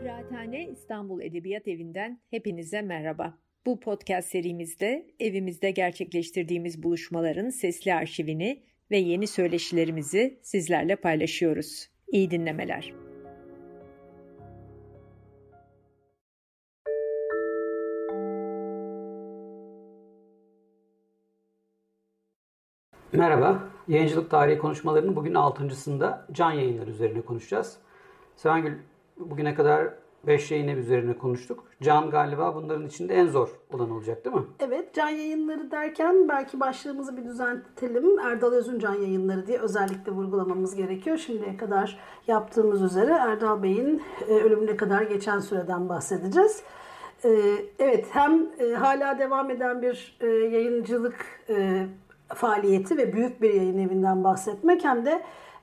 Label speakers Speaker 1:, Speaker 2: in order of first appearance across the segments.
Speaker 1: Kıraathane İstanbul Edebiyat Evi'nden hepinize merhaba. Bu podcast serimizde evimizde gerçekleştirdiğimiz buluşmaların sesli arşivini ve yeni söyleşilerimizi sizlerle paylaşıyoruz. İyi dinlemeler.
Speaker 2: Merhaba, yayıncılık tarihi konuşmalarının bugün 6.sında Can Yayınları üzerine konuşacağız. Sevengül, bugüne kadar 5 yayın evi üzerine konuştuk. Can galiba bunların içinde en zor olan olacak değil mi?
Speaker 3: Evet, Can Yayınları derken belki başlığımızı bir düzeltelim. Erdal Öz'ün Can Yayınları diye özellikle vurgulamamız gerekiyor. Şimdiye kadar yaptığımız üzere Erdal Bey'in ölümüne kadar geçen süreden bahsedeceğiz. Evet, hem hala devam eden bir yayıncılık faaliyeti ve büyük bir yayın evinden bahsetmek hem de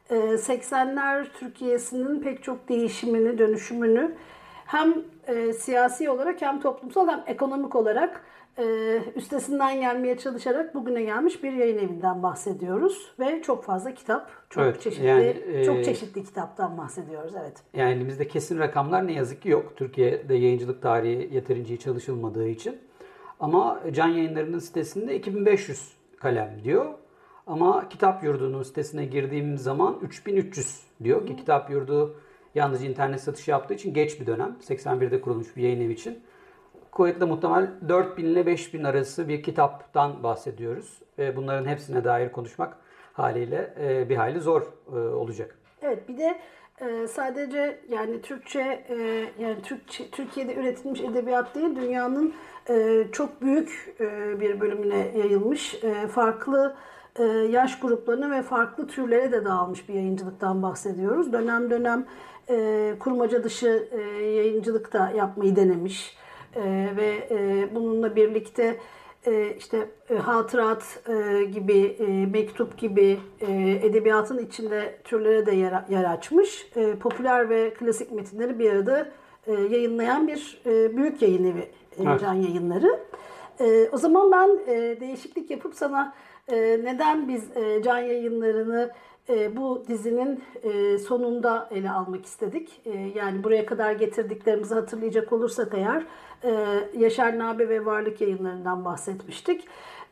Speaker 3: 80'ler Türkiye'sinin pek çok değişimini, dönüşümünü hem siyasi olarak hem toplumsal hem ekonomik olarak üstesinden gelmeye çalışarak bugüne gelmiş bir yayın evinden bahsediyoruz ve çok fazla kitap, çok çeşitli kitaptan bahsediyoruz. Evet.
Speaker 2: Yani elimizde kesin rakamlar ne yazık ki yok. Türkiye'de yayıncılık tarihi yeterince iyi çalışılmadığı için. Ama Can Yayınları'nın sitesinde 2500 kalem diyor. Ama Kitap Yurdu'nun sitesine girdiğimiz zaman 3300 diyor ki Kitap Yurdu yalnızca internet satışı yaptığı için geç bir dönem. 81'de kurulmuş bir yayın evi için. Kuvvetle muhtemel 4000 ile 5000 arası bir kitaptan bahsediyoruz. Ve bunların hepsine dair konuşmak haliyle bir hayli zor olacak.
Speaker 3: Evet, bir de sadece yani Türkçe Türkiye'de üretilmiş edebiyat değil, dünyanın çok büyük bir bölümüne yayılmış, farklı yaş gruplarına ve farklı türlere de dağılmış bir yayıncılıktan bahsediyoruz. Dönem dönem kurmaca dışı yayıncılık da yapmayı denemiş ve bununla birlikte işte hatırat gibi, mektup gibi edebiyatın içinde türlere de yer açmış. Popüler ve klasik metinleri bir arada yayınlayan bir büyük yayın evi Can Yayınları. O zaman ben değişiklik yapıp sana neden biz Can Yayınları'nı bu dizinin sonunda ele almak istedik. Yani buraya kadar getirdiklerimizi hatırlayacak olursak eğer Yaşar Nabe ve Varlık Yayınları'ndan bahsetmiştik.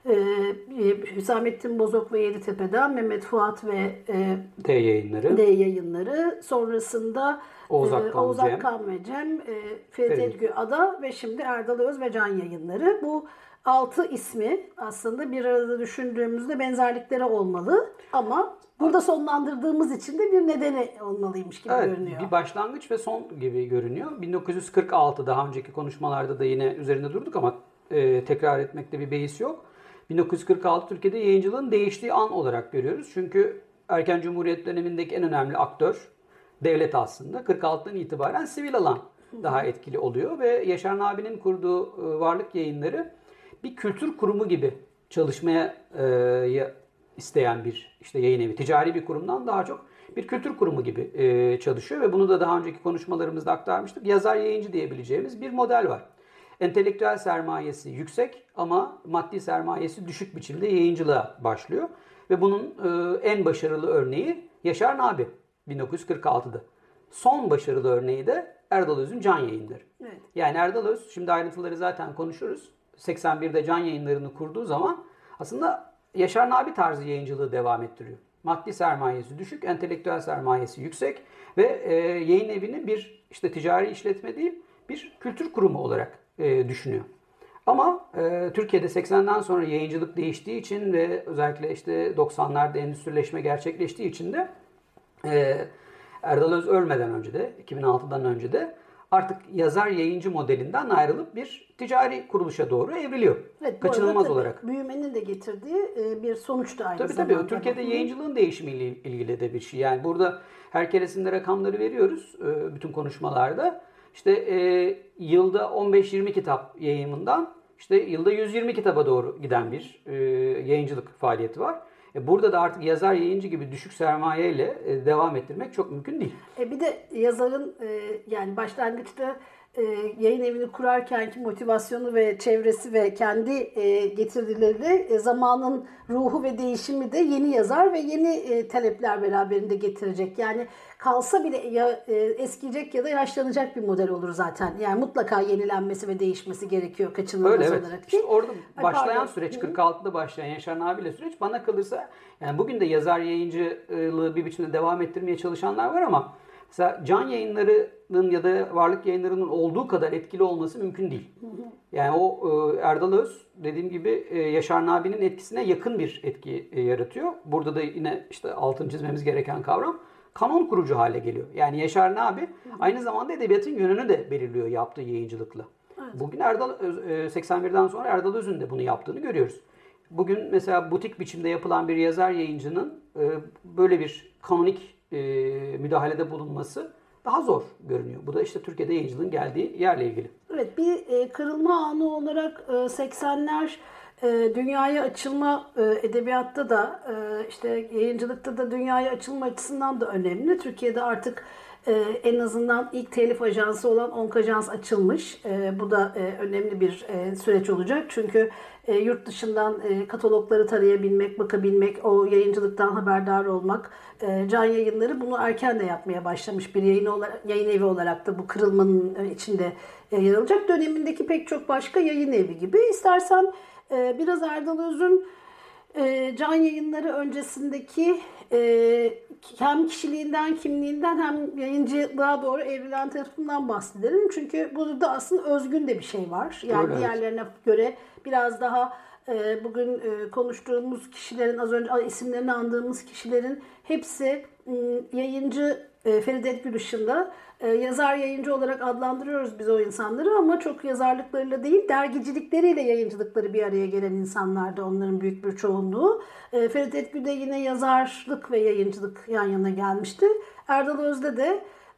Speaker 3: Hüsamettin Bozok ve Yeditepe'den, Mehmet Fuat ve
Speaker 2: D Yayınları.
Speaker 3: Sonrasında Oğuz Akkan ve Cem, Ferit Edgü Ada ve şimdi Erdal Öz ve Can Yayınları. Bu 6 ismi aslında bir arada düşündüğümüzde benzerlikleri olmalı ama burada sonlandırdığımız için de bir nedeni olmalıymış gibi görünüyor.
Speaker 2: Bir başlangıç ve son gibi görünüyor. 1946 daha önceki konuşmalarda da yine üzerinde durduk ama tekrar etmekte bir beis yok. 1946 Türkiye'de yayıncılığın değiştiği an olarak görüyoruz. Çünkü erken Cumhuriyet dönemindeki en önemli aktör devlet aslında. 46'dan itibaren sivil alan daha etkili oluyor ve Yaşar Nabi'nin kurduğu Varlık Yayınları bir kültür kurumu gibi çalışmaya isteyen bir yayın evi. Ticari bir kurumdan daha çok bir kültür kurumu gibi çalışıyor ve bunu da daha önceki konuşmalarımızda aktarmıştık. Yazar yayıncı diyebileceğimiz bir model var. Entelektüel sermayesi yüksek ama maddi sermayesi düşük biçimde yayıncılığa başlıyor. Ve bunun en başarılı örneği Yaşar Nabi 1946'da. Son başarılı örneği de Erdal Öz'ün Can Yayınları. Evet. Yani Erdal Öz, şimdi ayrıntıları zaten konuşuruz. 81'de Can Yayınları'nı kurduğu zaman aslında Yaşar Nabi tarzı yayıncılığı devam ettiriyor. Maddi sermayesi düşük, entelektüel sermayesi yüksek ve yayın evini bir ticari işletme değil, bir kültür kurumu olarak düşünüyor. Ama Türkiye'de 80'den sonra yayıncılık değiştiği için ve özellikle 90'larda endüstrileşme gerçekleştiği için de Erdal Öz ölmeden önce de 2006'dan önce de artık yazar yayıncı modelinden ayrılıp bir ticari kuruluşa doğru evriliyor.
Speaker 3: Evet,
Speaker 2: kaçınılmaz olarak.
Speaker 3: Büyümenin de getirdiği bir sonuç da aynı
Speaker 2: zamanda. Tabii. Türkiye'de yayıncılığın değişimiyle ilgili de bir şey. Yani burada her keresinde rakamları veriyoruz bütün konuşmalarda. Yılda 15-20 kitap yayımından yılda 120 kitaba doğru giden bir yayıncılık faaliyeti var. Burada da artık yazar yayıncı gibi düşük sermayeyle devam ettirmek çok mümkün değil.
Speaker 3: Bir de yazarın yani başlangıçta yayın evini kurarkenki motivasyonu ve çevresi ve kendi getirileri zamanın ruhu ve değişimi de yeni yazar ve yeni talepler beraberinde getirecek. Yani kalsa bile eskiyecek ya da yaşlanacak bir model olur zaten. Yani mutlaka yenilenmesi ve değişmesi gerekiyor kaçınılmaz olarak.
Speaker 2: İşte orada başlayan süreç, 46'da başlayan Yaşar Nabi'yle süreç bana kalırsa, yani bugün de yazar yayıncılığı bir biçimde devam ettirmeye çalışanlar var ama mesela Can Yayınları'nın ya da Varlık Yayınları'nın olduğu kadar etkili olması mümkün değil. Yani o Erdal Öz dediğim gibi Yaşar Nabi'nin etkisine yakın bir etki yaratıyor. Burada da yine işte altını çizmemiz gereken kavram kanon kurucu hale geliyor. Yani Yaşar Nabi aynı zamanda edebiyatın yönünü de belirliyor yaptığı yayıncılıkla. Evet. Bugün 81'den sonra Erdal Öz'ün de bunu yaptığını görüyoruz. Bugün mesela butik biçimde yapılan bir yazar yayıncının böyle bir kanonik müdahalede bulunması daha zor görünüyor. Bu da işte Türkiye'de yayıncılığın geldiği yerle ilgili.
Speaker 3: Evet, bir kırılma anı olarak 80'ler dünyaya açılma, edebiyatta da işte yayıncılıkta da dünyaya açılma açısından da önemli. Türkiye'de artık en azından ilk telif ajansı olan Onkajans açılmış. Bu da önemli bir süreç olacak. Çünkü yurt dışından katalogları tarayabilmek, bakabilmek, o yayıncılıktan haberdar olmak. Can Yayınları bunu erken de yapmaya başlamış bir yayın evi olarak da bu kırılmanın içinde yer alacak. Dönemindeki pek çok başka yayın evi gibi. İstersen biraz Erdal Öz'ün Can Yayınları öncesindeki hem kişiliğinden, kimliğinden hem yayıncılığa doğru evrilen tarafından bahsedelim. Çünkü burada aslında özgün de bir şey var. Yani öyle, diğerlerine göre biraz daha bugün konuştuğumuz kişilerin, az önce isimlerini andığımız kişilerin hepsi yayıncı, Feride Etgül dışında yazar yayıncı olarak adlandırıyoruz biz o insanları ama çok yazarlıklarıyla değil, dergicilikleriyle yayıncılıkları bir araya gelen insanlardı onların büyük bir çoğunluğu. Feride Etgül'de yine yazarlık ve yayıncılık yan yana gelmişti. Erdal Öz'de de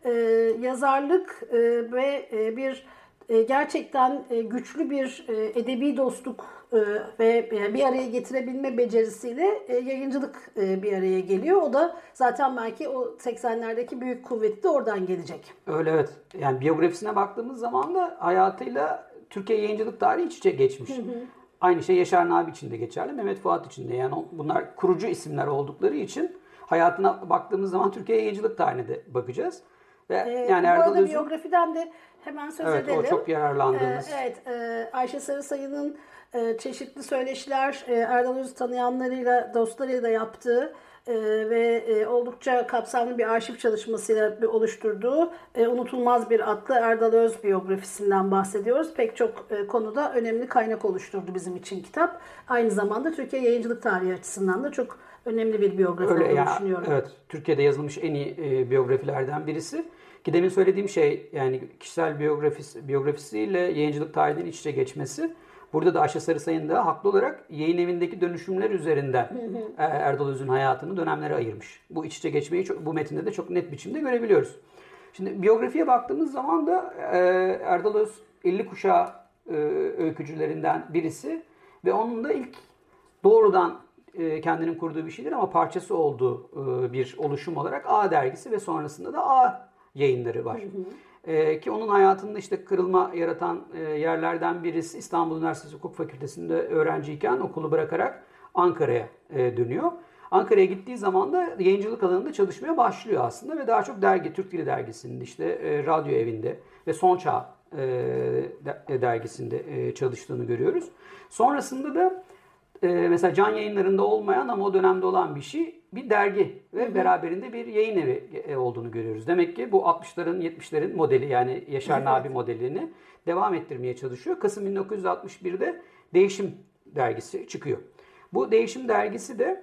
Speaker 3: yazarlık ve bir gerçekten güçlü bir edebi dostluk ve bir araya getirebilme becerisiyle yayıncılık bir araya geliyor. O da zaten belki o 80'lerdeki büyük kuvveti de oradan gelecek.
Speaker 2: Öyle, evet. Yani biyografisine baktığımız zaman da hayatıyla Türkiye yayıncılık tarihi iç içe geçmiş. Aynı şey Yaşar Nabi için de geçerli, Mehmet Fuat için de. Yani bunlar kurucu isimler oldukları için hayatına baktığımız zaman Türkiye yayıncılık tarihine de bakacağız.
Speaker 3: Ve yani bu arada biyografiden de hemen söz edelim.
Speaker 2: Evet, o çok yararlandığımız.
Speaker 3: Ayşe Sarısayı'nın çeşitli söyleşiler Erdal Öz'ü tanıyanlarıyla, dostlarıyla da yaptığı ve oldukça kapsamlı bir arşiv çalışmasıyla oluşturduğu Unutulmaz Bir adlı Erdal Öz biyografisinden bahsediyoruz. Pek çok konuda önemli kaynak oluşturdu bizim için kitap. Aynı zamanda Türkiye yayıncılık tarihi açısından da çok önemli bir biyografi olduğunu düşünüyorum.
Speaker 2: Evet, Türkiye'de yazılmış en iyi biyografilerden birisi. Ki demin söylediğim şey, yani kişisel biyografisiyle yayıncılık tarihinin iç içe geçmesi. Burada da Ayşe Sarısay'ın da haklı olarak yayın evindeki dönüşümler üzerinden Erdal Öz'ün hayatını dönemlere ayırmış. Bu iç içe geçmeyi bu metinde de çok net biçimde görebiliyoruz. Şimdi biyografiye baktığımız zaman da Erdal Öz 50 kuşağı öykücülerinden birisi ve onun da ilk doğrudan kendinin kurduğu bir şeydir ama parçası olduğu bir oluşum olarak A dergisi ve sonrasında da A yayınları var. Ki onun hayatında işte kırılma yaratan yerlerden birisi İstanbul Üniversitesi Hukuk Fakültesi'nde öğrenciyken okulu bırakarak Ankara'ya dönüyor. Ankara'ya gittiği zaman da yayıncılık alanında çalışmaya başlıyor aslında ve daha çok Türk Dili Dergisi'nde, işte radyo evinde ve Son Çağ dergisinde çalıştığını görüyoruz. Sonrasında da mesela Can Yayınları'nda olmayan ama o dönemde olan bir şey, bir dergi ve beraberinde bir yayın evi olduğunu görüyoruz. Demek ki bu 60'ların 70'lerin modeli, yani Yaşar Nabi modelini devam ettirmeye çalışıyor. Kasım 1961'de Değişim dergisi çıkıyor. Bu Değişim dergisi de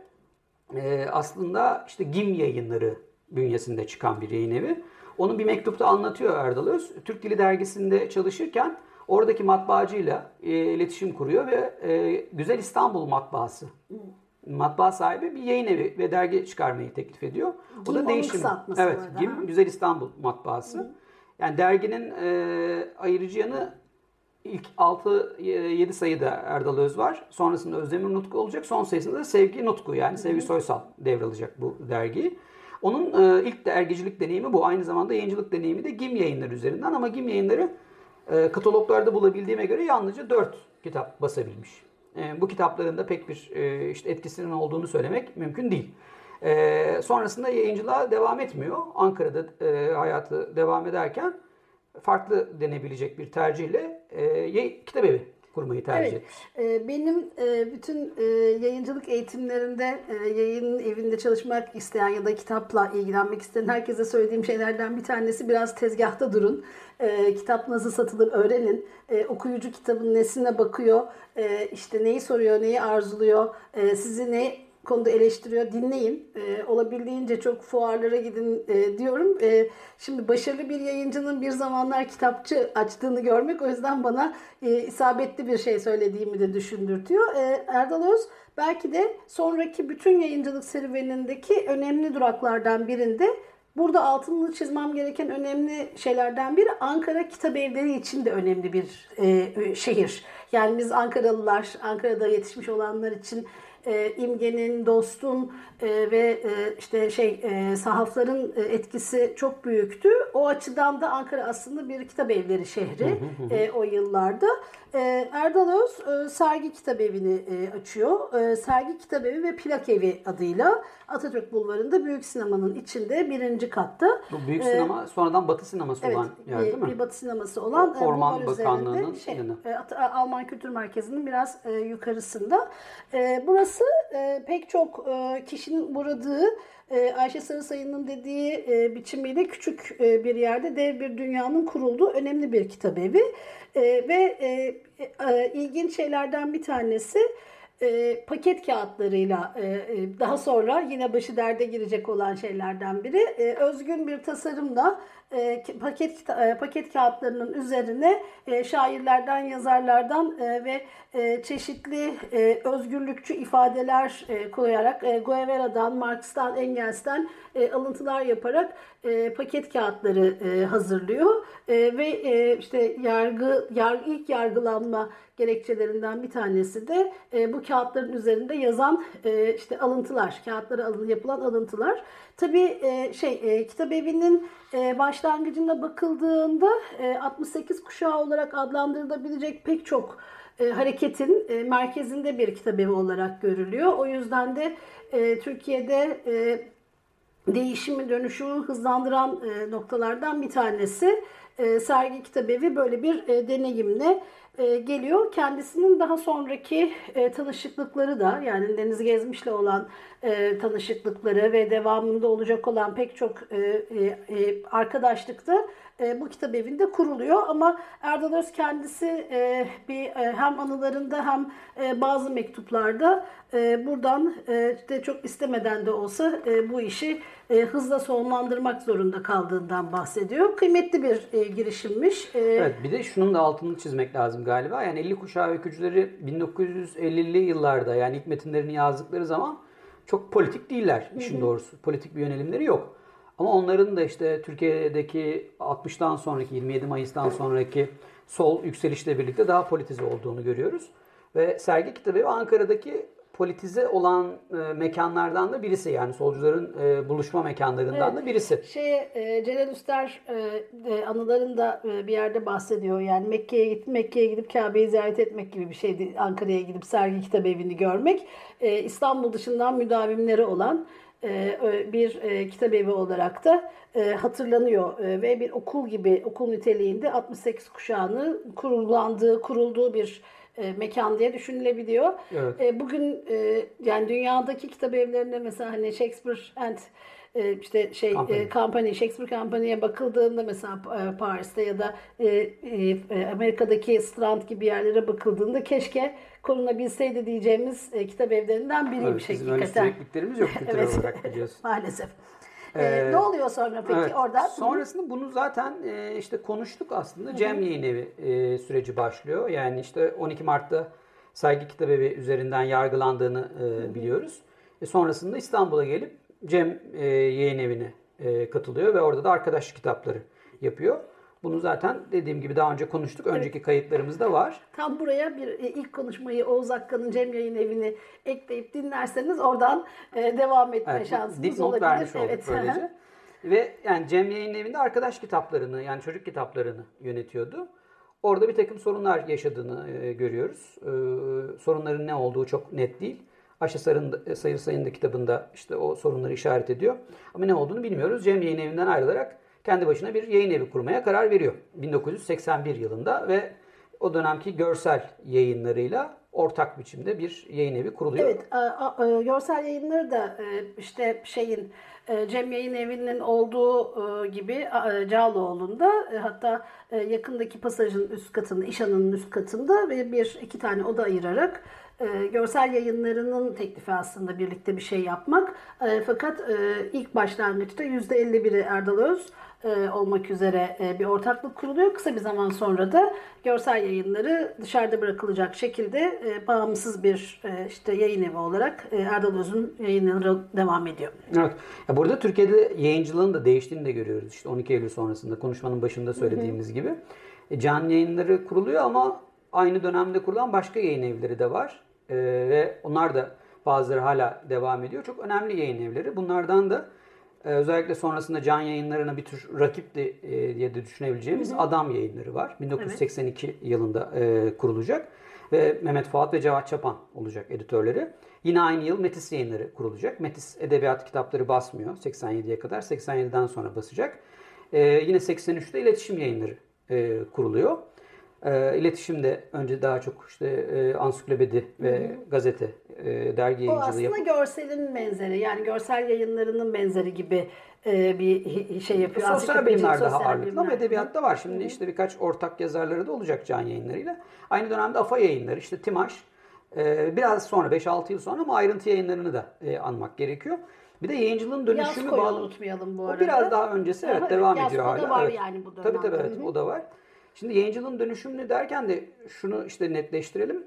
Speaker 2: aslında işte GİM Yayınları bünyesinde çıkan bir yayın evi. Onun bir mektupta anlatıyor Erdal Öz. Türk Dili Dergisi'nde çalışırken oradaki matbaacıyla iletişim kuruyor ve Güzel İstanbul Matbaası, matbaa sahibi bir yayın evi ve dergi çıkarmayı teklif ediyor.
Speaker 3: O da Değişim.
Speaker 2: Evet, GİM Güzel İstanbul Matbaası. Yani derginin ayırıcı yanı ilk 6-7 sayıda Erdal Öz var. Sonrasında Özdemir Nutku olacak. Son sayısında da Sevgi Nutku, yani Sevgi Soysal devralacak bu dergiyi. Onun ilk dergicilik deneyimi bu. Aynı zamanda yayıncılık deneyimi de GİM Yayınları üzerinden ama GİM Yayınları Kataloglarda bulabildiğime göre yalnızca 4 kitap basabilmiş. Bu kitapların da pek bir işte etkisinin olduğunu söylemek mümkün değil. Sonrasında yayıncılığa devam etmiyor. Ankara'da hayatı devam ederken farklı denebilecek bir tercihle kitabevi kurmayı tercih etmiş.
Speaker 3: Benim bütün yayıncılık eğitimlerinde yayın evinde çalışmak isteyen ya da kitapla ilgilenmek isteyen herkese söylediğim şeylerden bir tanesi biraz tezgahta durun. Kitap nasıl satılır öğrenin. Okuyucu kitabın nesine bakıyor, işte neyi soruyor, neyi arzuluyor, sizi ne konuda eleştiriyor, dinleyin. Olabildiğince çok fuarlara gidin diyorum. Şimdi başarılı bir yayıncının bir zamanlar kitapçı açtığını görmek o yüzden bana isabetli bir şey söylediğimi de düşündürtüyor. Erdal Öz belki de sonraki bütün yayıncılık serüvenindeki önemli duraklardan birinde. Burada altını çizmem gereken önemli şeylerden biri Ankara Kitabevleri için de önemli bir şehir. Yani biz Ankaralılar, Ankara'da yetişmiş olanlar için İmge'nin, Dost'un ve işte sahafların etkisi çok büyüktü. O açıdan da Ankara aslında bir kitabevleri şehri o yıllarda. Erdal Öz Sergi Kitabevi'ni açıyor. Sergi Kitabevi ve Plak Evi adıyla Atatürk Bulvarı'nda Büyük Sinema'nın içinde 1. katta.
Speaker 2: Bu Büyük Sinema sonradan Batı Sineması olan yer değil mi?
Speaker 3: Bir Batı Sineması olan
Speaker 2: Orman Bakanlığı'nın yanı.
Speaker 3: Alman Kültür Merkezi'nin biraz yukarısında. Burası pek çok kişinin uğradığı, Ayşe Sarısayı'nın dediği biçimiyle küçük bir yerde dev bir dünyanın kurulduğu önemli bir kitabevi. Ve ilginç şeylerden bir tanesi paket kağıtlarıyla daha sonra yine başı derde girecek olan şeylerden biri. Özgün bir tasarımla paket kağıtlarının üzerine şairlerden, yazarlardan ve çeşitli özgürlükçü ifadeler koyarak Guevara'dan, Marx'tan, Engels'ten alıntılar yaparak paket kağıtları hazırlıyor ve işte ilk yargılanma gerekçelerinden bir tanesi de bu kağıtların üzerinde yazan işte alıntılar, kağıtlara yapılan alıntılar. Tabii Kitabevi'nin başlangıcında bakıldığında 68 kuşağı olarak adlandırılabilecek pek çok hareketin merkezinde bir kitabevi olarak görülüyor. O yüzden de Türkiye'de değişimi, dönüşümü hızlandıran noktalardan bir tanesi. Sergi Kitabevi böyle bir deneyimle geliyor. Kendisinin daha sonraki tanışıklıkları da, yani Deniz Gezmiş'le olan tanışıklıkları ve devamında olacak olan pek çok arkadaşlık da bu kitabevinde kuruluyor. Ama Erdal Öz kendisi hem anılarında hem bazı mektuplarda buradan de çok istemeden de olsa bu işi hızla sonlandırmak zorunda kaldığından bahsediyor. Kıymetli bir girişimmiş.
Speaker 2: Evet, bir de şunun da altını çizmek lazım galiba. Yani 50 kuşağı öykücüleri 1950'li yıllarda, yani ilk metinlerini yazdıkları zaman çok politik değiller işin doğrusu. Politik bir yönelimleri yok. Ama onların da işte Türkiye'deki 60'tan sonraki, 27 Mayıs'tan sonraki sol yükselişle birlikte daha politize olduğunu görüyoruz. Ve Sergi Kitabevi Ankara'daki politize olan mekanlardan da birisi, yani solcuların buluşma mekanlarından da birisi.
Speaker 3: Celal Üster anılarında bir yerde bahsediyor. Yani Mekke'ye gidip Kabe'yi ziyaret etmek gibi bir şeydi. Ankara'ya gidip Sergi Kitabevi'ni görmek. İstanbul dışından müdavimleri olan bir kitabevi olarak da hatırlanıyor ve bir okul niteliğinde 68 kuşağının kurulduğu bir mekan diye düşünülebiliyor.
Speaker 2: Evet.
Speaker 3: Bugün yani dünyadaki kitabevlerinde mesela hani Shakespeare and Shakespeare Company'ye bakıldığında mesela Paris'te ya da Amerika'daki Strand gibi yerlere bakıldığında keşke korunabilseydi diyeceğimiz kitabevlerinden biriymiş
Speaker 2: bizim
Speaker 3: hakikaten.
Speaker 2: Öyle sürekliliklerimiz yok kültürel olarak biliyorsun.
Speaker 3: Maalesef. Ne oluyor sonra peki orada?
Speaker 2: Sonrasında bunu zaten işte konuştuk aslında. Cem Yayınevi süreci başlıyor. Yani işte 12 Mart'ta Sergi Kitabevi üzerinden yargılandığını biliyoruz. Sonrasında İstanbul'a gelip Cem Yayınevi'ne katılıyor ve orada da arkadaşlık kitapları yapıyor. Bunu zaten dediğim gibi daha önce konuştuk. Önceki kayıtlarımızda var.
Speaker 3: Tam buraya bir ilk konuşmayı Oğuz Akkan'ın Cem Yayınevi'ni ekleyip dinlerseniz oradan devam etme şansınız
Speaker 2: dipnot
Speaker 3: olabilir.
Speaker 2: Vermiş olduk böylece. Ve yani Cem Yayınevi'nde arkadaş kitaplarını, yani çocuk kitaplarını yönetiyordu. orada bir takım sorunlar yaşadığını görüyoruz. Sorunların ne olduğu çok net değil. Ayşe Sayır Sayın da kitabında işte o sorunları işaret ediyor. Ama ne olduğunu bilmiyoruz. Cem Yayın Evi'nden ayrılarak kendi başına bir yayın evi kurmaya karar veriyor. 1981 yılında ve o dönemki Görsel Yayınları'yla ortak biçimde bir yayın evi kuruluyor.
Speaker 3: Evet, Görsel Yayınları da işte Cem Yayın Evi'nin olduğu gibi Cağaloğlu'nda hatta yakındaki pasajın üst katında, İşan'ın üst katında ve iki tane oda ayırarak Görsel Yayınları'nın teklifi aslında birlikte bir şey yapmak. Fakat ilk başlangıçta %51'i Erdal Öz olmak üzere bir ortaklık kuruluyor. Kısa bir zaman sonra da Görsel Yayınları dışarıda bırakılacak şekilde bağımsız bir yayın evi olarak Erdal Öz'ün yayınları devam ediyor.
Speaker 2: Evet. Ya burada Türkiye'de yayıncılığın da değiştiğini de görüyoruz. İşte 12 Eylül sonrasında konuşmanın başında söylediğimiz gibi. Canlı yayınları kuruluyor ama aynı dönemde kurulan başka yayın evleri de var. Ve onlar da bazıları hala devam ediyor. Çok önemli yayın evleri. Bunlardan da özellikle sonrasında Can Yayınları'na bir tür rakip diye de düşünebileceğimiz Adam Yayınları var. 1982 yılında kurulacak. Ve Mehmet Fuat ve Cevat Çapan olacak editörleri. Yine aynı yıl Metis Yayınları kurulacak. Metis edebiyat kitapları basmıyor 87'ye kadar. 87'den sonra basacak. Yine 83'te İletişim Yayınları kuruluyor. İletişimde önce daha çok ansiklopedi ve gazete, dergi yayıncılığı
Speaker 3: yapıyor. O aslında görselin benzeri, yani görsel yayınlarının benzeri gibi bir şey yapıyor.
Speaker 2: Sosyal bilimler daha ağırlıklı ama edebiyatta var. Şimdi işte birkaç ortak yazarları da olacak Can Yayınları'yla. Aynı dönemde AFA Yayınları, işte Timaş, biraz sonra 5-6 yıl sonra ama ayrıntı yayınlarını da anmak gerekiyor. Bir de yayıncılığın dönüşümü
Speaker 3: bağlı. Unutmayalım bu arada.
Speaker 2: O biraz daha öncesi devam ediyor hala.
Speaker 3: O da var yani bu dönemde.
Speaker 2: Tabii evet, o da var. Şimdi yayıncılığın dönüşümünü derken de şunu netleştirelim.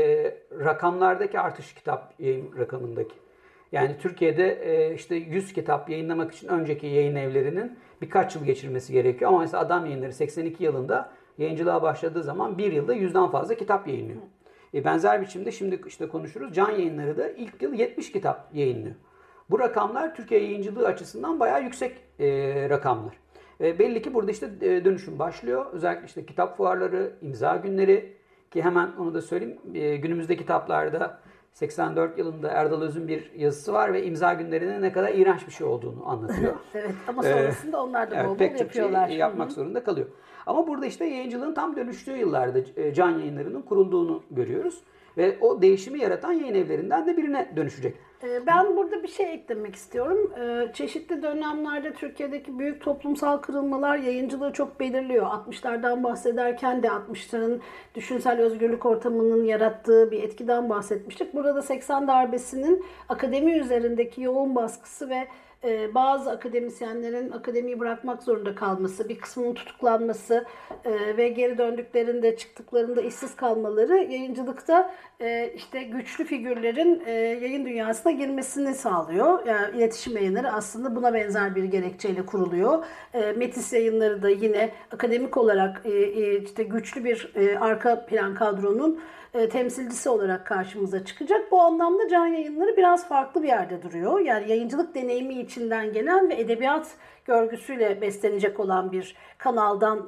Speaker 2: Rakamlardaki artış, kitap yayın rakamındaki. Yani Türkiye'de 100 kitap yayınlamak için önceki yayın evlerinin birkaç yıl geçirmesi gerekiyor. Ama mesela Adam Yayınları 82 yılında yayıncılığa başladığı zaman bir yılda 100'den fazla kitap yayınlıyor. Benzer biçimde şimdi konuşuruz. Can Yayınları da ilk yıl 70 kitap yayınlıyor. Bu rakamlar Türkiye yayıncılığı açısından bayağı yüksek rakamlar. Belli ki burada dönüşüm başlıyor. Özellikle kitap fuarları, imza günleri, ki hemen onu da söyleyeyim. Günümüzde kitaplarda 84 yılında Erdal Öz'ün bir yazısı var ve imza günlerinin ne kadar iğrenç bir şey olduğunu anlatıyor.
Speaker 3: Evet, ama sonrasında onlar da bol bol yapıyorlar.
Speaker 2: Şey yapmak zorunda kalıyor. Ama burada yayıncılığın tam dönüştüğü yıllarda Can Yayınları'nın kurulduğunu görüyoruz. Ve o değişimi yaratan yayın evlerinden de birine dönüşecek.
Speaker 3: Ben burada bir şey eklemek istiyorum. Çeşitli dönemlerde Türkiye'deki büyük toplumsal kırılmalar yayıncılığı çok belirliyor. 60'lardan bahsederken de 60'ların düşünsel özgürlük ortamının yarattığı bir etkiden bahsetmiştik. Burada 80 darbesinin akademi üzerindeki yoğun baskısı ve bazı akademisyenlerin akademiyi bırakmak zorunda kalması, bir kısmının tutuklanması ve geri döndüklerinde, çıktıklarında işsiz kalmaları yayıncılıkta güçlü figürlerin yayın dünyasına girmesini sağlıyor. Yani iletişim yayınları aslında buna benzer bir gerekçeyle kuruluyor. Metis Yayınları da yine akademik olarak güçlü bir arka plan kadronun temsilcisi olarak karşımıza çıkacak. Bu anlamda Can Yayınları biraz farklı bir yerde duruyor. Yani yayıncılık deneyimi içinden gelen ve edebiyat görgüsüyle beslenecek olan bir kanaldan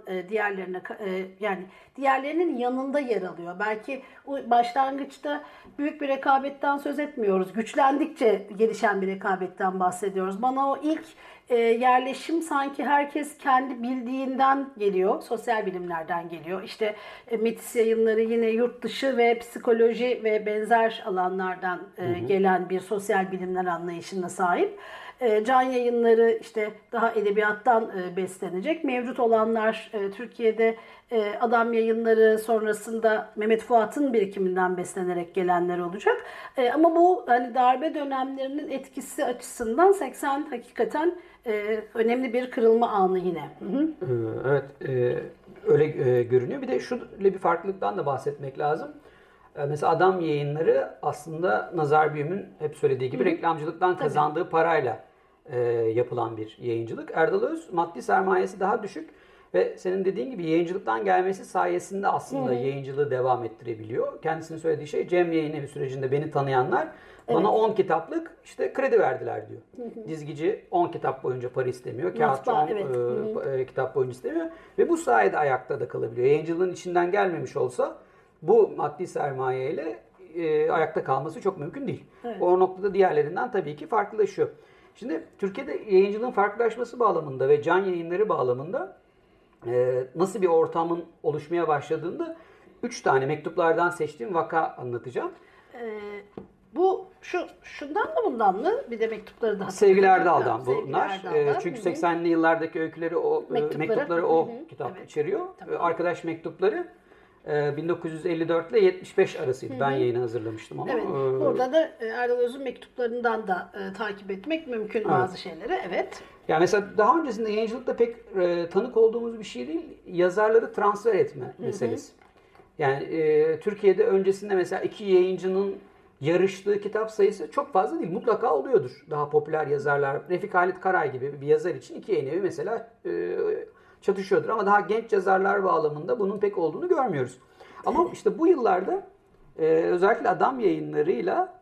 Speaker 3: diğerlerinin yanında yer alıyor. Belki başlangıçta büyük bir rekabetten söz etmiyoruz. Güçlendikçe gelişen bir rekabetten bahsediyoruz. Bana o ilk yerleşim sanki herkes kendi bildiğinden geliyor. Sosyal bilimlerden geliyor. Metis Yayınları yine yurt dışı ve psikoloji ve benzer alanlardan gelen bir sosyal bilimler anlayışına sahip. Can Yayınları daha edebiyattan beslenecek. Mevcut olanlar Türkiye'de Adam Yayınları, sonrasında Mehmet Fuat'ın birikiminden beslenerek gelenler olacak. Ama bu darbe dönemlerinin etkisi açısından 80 hakikaten önemli bir kırılma anı yine.
Speaker 2: Evet, öyle görünüyor. Bir de şöyle bir farklılıktan da bahsetmek lazım. Mesela Adam Yayınları aslında Nazar Büyüm'ün hep söylediği gibi reklamcılıktan kazandığı parayla yapılan bir yayıncılık. Erdal Öz maddi sermayesi daha düşük Ve senin dediğin gibi yayıncılıktan gelmesi sayesinde aslında yayıncılığı devam ettirebiliyor. Kendisinin söylediği şey, Cem Yayın Evi sürecinde beni tanıyanlar bana 10 kitaplık işte kredi verdiler diyor. Dizgici 10 kitap boyunca para istemiyor. Kağıtçı 10 kitap boyunca istemiyor. Ve bu sayede ayakta da kalabiliyor. Yayıncılığın içinden gelmemiş olsa bu maddi sermayeyle ayakta kalması çok mümkün değil. Evet. O noktada diğerlerinden tabii ki farklılaşıyor. Şimdi Türkiye'de yayıncılığın farklılaşması bağlamında ve can yayınları bağlamında nasıl bir ortamın oluşmaya başladığında 3 tane mektuplardan seçtiğim vaka anlatacağım.
Speaker 3: Şundan mı bundan mı? Bir de mektupları da.
Speaker 2: Sevgili Erdal'dan bunlar. Çünkü 80'li yıllardaki öyküleri mektupları o kitap içeriyor. Tamam. Arkadaş mektupları 1954 ile 75 arasıydı. Ben yayını hazırlamıştım ama.
Speaker 3: Evet. Burada da Erdal Öz'ün mektuplarından da takip etmek mümkün bazı şeyleri. Evet.
Speaker 2: Yani mesela daha öncesinde yayıncılıkta pek tanık olduğumuz bir şey değil. Yazarları transfer etme meselesi. Yani Türkiye'de öncesinde mesela 2 yayıncının yarıştığı kitap sayısı çok fazla değil. Mutlaka oluyordur. Daha popüler yazarlar. Refik Halit Karay gibi bir yazar için 2 yayın evi mesela çatışıyordur. Ama daha genç yazarlar bağlamında bunun pek olduğunu görmüyoruz. Ama işte bu yıllarda özellikle Adam Yayınları'yla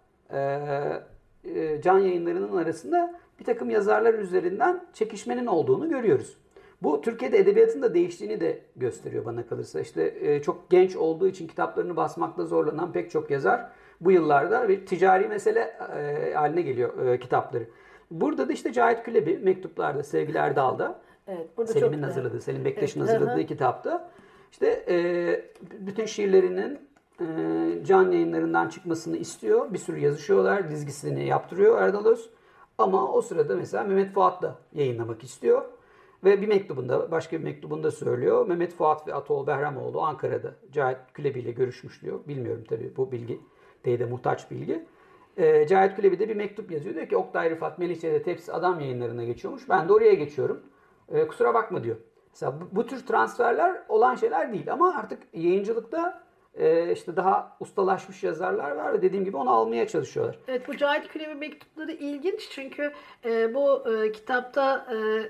Speaker 2: Can Yayınları'nın arasında bir takım yazarlar üzerinden çekişmenin olduğunu görüyoruz. Bu Türkiye'de edebiyatın da değiştiğini de gösteriyor bana kalırsa. İşte çok genç olduğu için kitaplarını basmakta zorlanan pek çok yazar bu yıllarda bir ticari mesele haline geliyor kitapları. Burada da işte Cahit Külebi mektuplarda, Sevgili Erdal'da, Selim'in hazırladığı, Selim Bektaş'ın hazırladığı kitapta işte bütün şiirlerinin Can Yayınları'ndan çıkmasını istiyor. Bir sürü yazışıyorlar, dizgisini yaptırıyor Erdal Öz. Ama o sırada mesela Mehmet Fuat da yayınlamak istiyor. Ve bir mektubunda, başka bir mektubunda söylüyor. Mehmet Fuat ve Atol Behramoğlu Ankara'da Cahit Külebi ile görüşmüş diyor. Bilmiyorum tabii, bu bilgi de muhtaç bilgi. Cahit Külebi de bir mektup yazıyor. Diyor ki Oktay Rıfat Melihçe'de Tepsi Adam Yayınları'na geçiyormuş. Ben de oraya geçiyorum. Kusura bakma diyor. Mesela bu tür transferler olan şeyler değil. Ama artık yayıncılıkta işte daha ustalaşmış yazarlar var ve dediğim gibi onu almaya çalışıyorlar.
Speaker 3: Evet, bu Cahit Külebi mektupları ilginç çünkü bu kitapta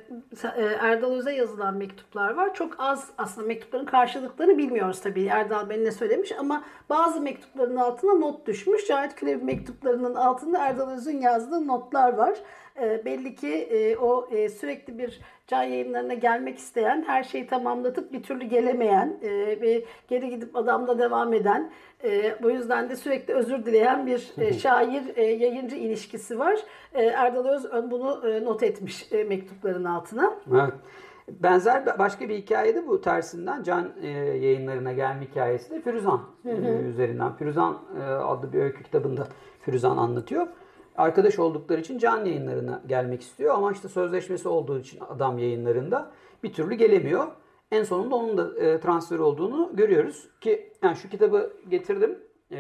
Speaker 3: Erdal Öz'e yazılan mektuplar var. Çok az aslında mektupların karşılıklarını bilmiyoruz tabii. Erdal Bey ne söylemiş ama bazı mektupların altına not düşmüş. Cahit Külebi mektuplarının altında Erdal Öz'ün yazdığı notlar var. Belli ki o sürekli bir Can Yayınları'na gelmek isteyen, her şeyi tamamlatıp bir türlü gelemeyen ve geri gidip adamla devam eden, bu yüzden de sürekli özür dileyen bir şair-yayıncı ilişkisi var. Erdal Öz bunu not etmiş mektupların altına.
Speaker 2: Evet. Benzer başka bir hikaye de bu tersinden Can Yayınları'na gelme hikayesi de Firuzan üzerinden. Firuzan adlı bir öykü kitabında Firuzan anlatıyor. Arkadaş oldukları için Can Yayınları'na gelmek istiyor ama işte sözleşmesi olduğu için Adam Yayınları'nda bir türlü gelemiyor. En sonunda onun da transfer olduğunu görüyoruz ki yani şu kitabı getirdim.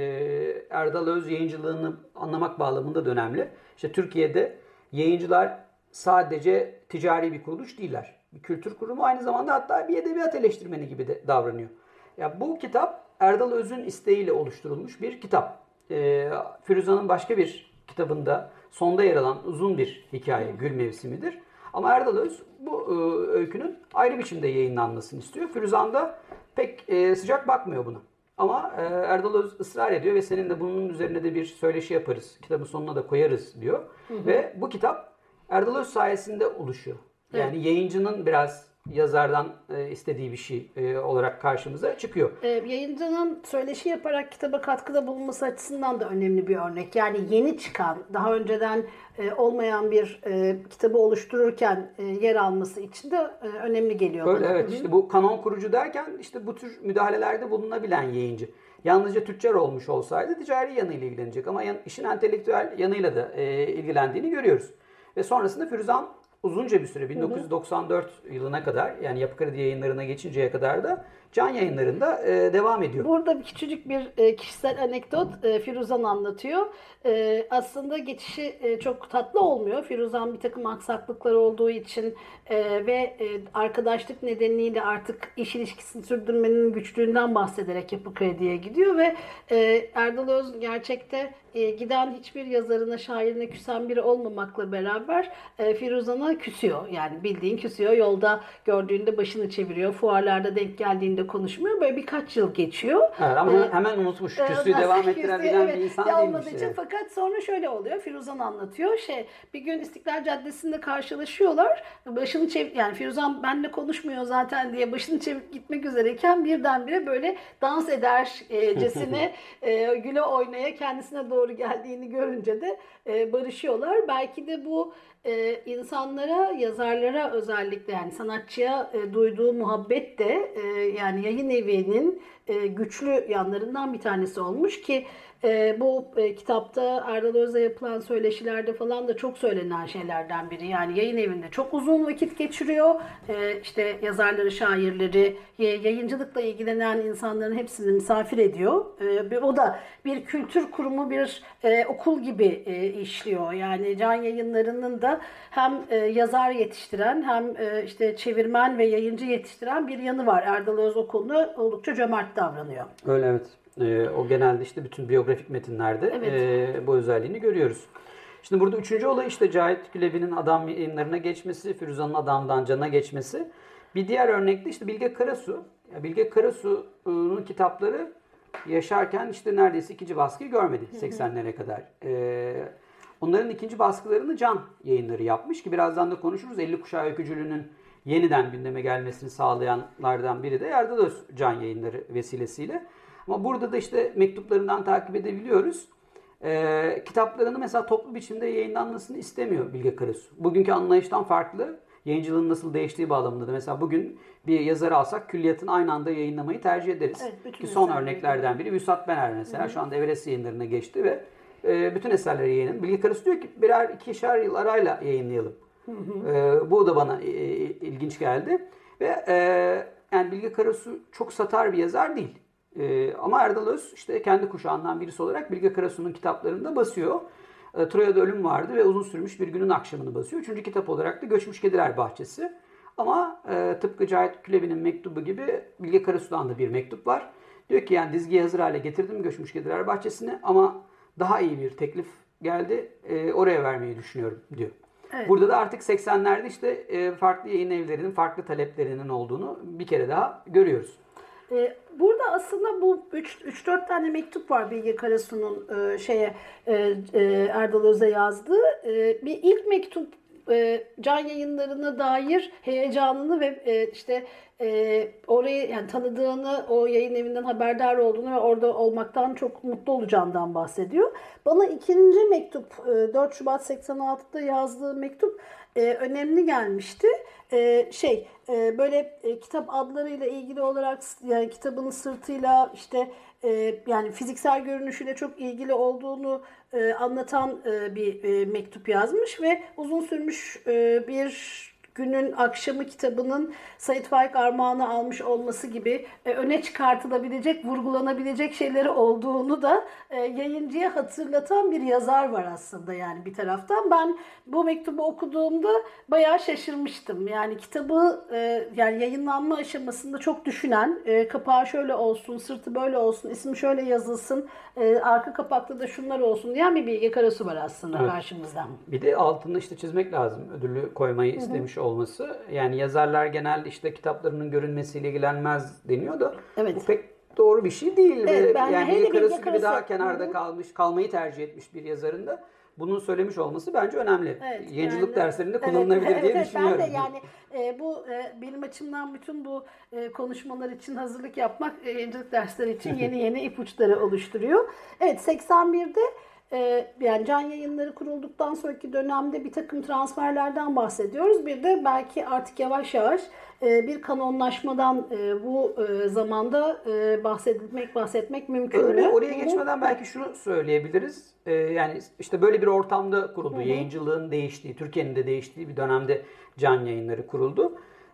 Speaker 2: Erdal Öz yayıncılığını anlamak bağlamında da önemli. İşte Türkiye'de yayıncılar sadece ticari bir kuruluş değiller. Bir kültür kurumu, aynı zamanda hatta bir edebiyat eleştirmeni gibi de davranıyor. Ya bu kitap Erdal Öz'ün isteğiyle oluşturulmuş bir kitap. Firuzan'ın başka bir kitabında sonda yer alan uzun bir hikaye Gül Mevsimidir. Ama Erdal Öz bu öykünün ayrı biçimde yayınlanmasını istiyor. Firuzan da pek sıcak bakmıyor buna. Ama Erdal Öz ısrar ediyor ve seninle bunun üzerine de bir söyleşi yaparız. Kitabın sonuna da koyarız diyor. Ve bu kitap Erdal Öz sayesinde oluşuyor. Yani yayıncının biraz yazardan istediği bir şey olarak karşımıza çıkıyor.
Speaker 3: Yayıncının söyleşi yaparak kitaba katkıda bulunması açısından da önemli bir örnek. Yani yeni çıkan, daha önceden olmayan bir kitabı oluştururken yer alması için de önemli geliyor
Speaker 2: Öyle,
Speaker 3: bana.
Speaker 2: evet. İşte bu kanon kurucu derken işte bu tür müdahalelerde bulunabilen yayıncı. Yalnızca tüccar olmuş olsaydı ticari yanıyla ilgilenecek ama işin entelektüel yanıyla da ilgilendiğini görüyoruz. Ve sonrasında uzunca bir süre 1994 yılına kadar, yani Yapı Kredi Yayınları'na geçinceye kadar da Can Yayınları'nda devam ediyor.
Speaker 3: Burada küçücük bir kişisel anekdot Firuzan anlatıyor. Aslında geçişi çok tatlı olmuyor. Firuzan bir takım aksaklıklar olduğu için ve arkadaşlık nedeniyle artık iş ilişkisini sürdürmenin güçlüğünden bahsederek Yapı Kredi'ye gidiyor ve Erdal Öz gerçekte giden hiçbir yazarına, şairine küsen biri olmamakla beraber Firuzan'a küsüyor. Yani bildiğin küsüyor. Yolda gördüğünde başını çeviriyor. Fuarlarda denk geldiğinde konuşmuyor. Böyle birkaç yıl geçiyor.
Speaker 2: Evet, ama hemen unutmuş. Küslüğü devam ettirebilen bir insan değilmiş.
Speaker 3: Için, fakat sonra şöyle oluyor. Firuzan anlatıyor. Bir gün İstiklal Caddesi'nde karşılaşıyorlar. Başını yani Firuzan benimle konuşmuyor zaten diye başını çevirip gitmek üzereyken birdenbire böyle dans edercesine güle oynaya kendisine doğru geldiğini görünce de barışıyorlar. Belki de bu insanlara, yazarlara özellikle yani sanatçıya duyduğu muhabbet de yani yayın evinin güçlü yanlarından bir tanesi olmuş ki bu kitapta Erdal Öz'le yapılan söyleşilerde falan da çok söylenen şeylerden biri. Yani yayın evinde çok uzun vakit geçiriyor. İşte yazarları, şairleri, yayıncılıkla ilgilenen insanların hepsini misafir ediyor. O da bir kültür kurumu, bir okul gibi işliyor. Yani Can Yayınları'nın da hem yazar yetiştiren hem işte çevirmen ve yayıncı yetiştiren bir yanı var. Erdal Öz o konuda oldukça cömert davranıyor.
Speaker 2: Öyle, evet. O genelde işte bütün biyografik metinlerde bu özelliğini görüyoruz. Şimdi burada üçüncü olay işte Cahit Gülebi'nin Adam Yayınları'na geçmesi, Firuzan'ın Adam'dan Can'a geçmesi. Bir diğer örnek de işte Bilge Karasu. Bilge Karasu'nun kitapları yaşarken işte neredeyse ikinci baskıyı görmedi 80'lere kadar. Onların ikinci baskılarını Can Yayınları yapmış ki birazdan da konuşuruz. 50 Kuşağı öykücülüğünün yeniden gündeme gelmesini sağlayanlardan biri de Erdal Öz Can Yayınları vesilesiyle. Ama burada da işte mektuplarından takip edebiliyoruz. Kitaplarını mesela toplu biçimde yayınlanmasını istemiyor Bilge Karasu. Bugünkü anlayıştan farklı. Yayıncılığın nasıl değiştiği bağlamında da mesela bugün bir yazarı alsak külliyatını aynı anda yayınlamayı tercih ederiz.
Speaker 3: Evet,
Speaker 2: ki son örneklerden biri Vüsat Bener mesela. Şu anda Everest Yayınları'na geçti ve bütün eserleri yayınladı. Bilge Karasu diyor ki birer ikişer yıl arayla yayınlayalım. Bu da bana ilginç geldi. Ve yani Bilge Karasu çok satar bir yazar değil. Ama Erdal Öz işte kendi kuşağından birisi olarak Bilge Karasu'nun kitaplarında basıyor. Troya'da Ölüm vardı ve Uzun Sürmüş Bir Günün Akşamını basıyor. Üçüncü kitap olarak da Göçmüş Kediler Bahçesi. Ama tıpkı Cahit Gülebi'nin mektubu gibi Bilge Karasu'dan da bir mektup var. Diyor ki yani dizgiye hazır hale getirdim Göçmüş Kediler Bahçesi'ni ama daha iyi bir teklif geldi. Oraya vermeyi düşünüyorum diyor. Evet. Burada da artık 80'lerde işte farklı yayın evlerinin farklı taleplerinin olduğunu bir kere daha görüyoruz.
Speaker 3: Burada aslında bu 3-4 tane mektup var Bilge Karasu'nun Erdal Öz'e yazdığı. Bir ilk mektup Can Yayınları'na dair heyecanını ve işte orayı yani tanıdığını, o yayın evinden haberdar olduğunu ve orada olmaktan çok mutlu olacağından bahsediyor. Bana ikinci mektup 4 Şubat 86'da yazdığı mektup önemli gelmişti. Böyle kitap adlarıyla ilgili olarak yani kitabın sırtıyla işte yani fiziksel görünüşüyle çok ilgili olduğunu anlatan bir mektup yazmış ve Uzun Sürmüş Bir Günün Akşamı kitabının Sait Faik armağanı almış olması gibi öne çıkartılabilecek, vurgulanabilecek şeyleri olduğunu da yayıncıya hatırlatan bir yazar var aslında yani bir taraftan. Ben bu mektubu okuduğumda bayağı şaşırmıştım. Yani kitabı yani yayınlanma aşamasında çok düşünen, kapağı şöyle olsun, sırtı böyle olsun, ismi şöyle yazılsın, arka kapakta da şunlar olsun diyen bir Bilge Karasu var aslında karşımızda.
Speaker 2: Bir de altını işte çizmek lazım. Ödülü koymayı istemiş olması. Yani yazarlar genelde işte kitaplarının görünmesiyle ilgilenmez deniyor da bu pek doğru bir şey değil.
Speaker 3: Evet,
Speaker 2: yani Bilge Karasu gibi daha kenarda kalmayı tercih etmiş bir yazarın da bunun söylemiş olması bence önemli.
Speaker 3: Evet,
Speaker 2: yayıncılık derslerinde kullanılabilir diye düşünüyorum.
Speaker 3: Ben de yani bu benim açımdan bütün bu konuşmalar için hazırlık yapmak yayıncılık dersleri için yeni ipuçları oluşturuyor. Evet, 81'de yani Can Yayınları kurulduktan sonraki dönemde bir takım transferlerden bahsediyoruz. Bir de belki artık yavaş yavaş bir kanonlaşmadan bu zamanda bahsetmek mümkün mü?
Speaker 2: Oraya geçmeden belki şunu söyleyebiliriz. Yani işte böyle bir ortamda kuruldu. Yayıncılığın değiştiği, Türkiye'nin de değiştiği bir dönemde Can Yayınları kuruldu.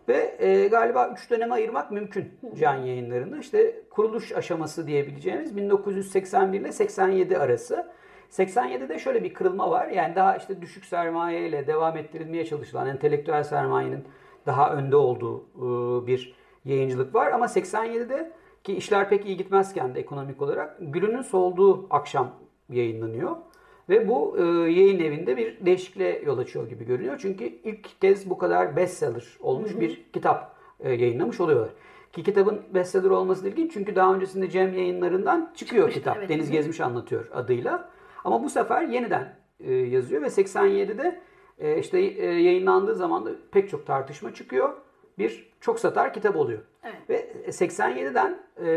Speaker 2: Ve galiba 3 döneme ayırmak mümkün Can Yayınları'nı. İşte kuruluş aşaması diyebileceğimiz 1981 ile 87 arası. 87'de şöyle bir kırılma var. Yani daha işte düşük sermaye ile devam ettirilmeye çalışılan entelektüel sermayenin daha önde olduğu bir yayıncılık var. Ama 87'de ki işler pek iyi gitmezken de ekonomik olarak Gül'ünün Solduğu Akşam yayınlanıyor. Ve bu yayın evinde bir değişikliğe yol açıyor gibi görünüyor. Çünkü ilk kez bu kadar bestseller olmuş bir kitap yayınlamış oluyorlar. Ki kitabın bestseller olması ilginç çünkü daha öncesinde Cem Yayınları'ndan çıkıyor kitap. Evet. Deniz Gezmiş Anlatıyor adıyla. Ama bu sefer yeniden yazıyor ve 87'de işte yayınlandığı zaman da pek çok tartışma çıkıyor. Bir çok satar kitap oluyor. Evet. Ve 87'den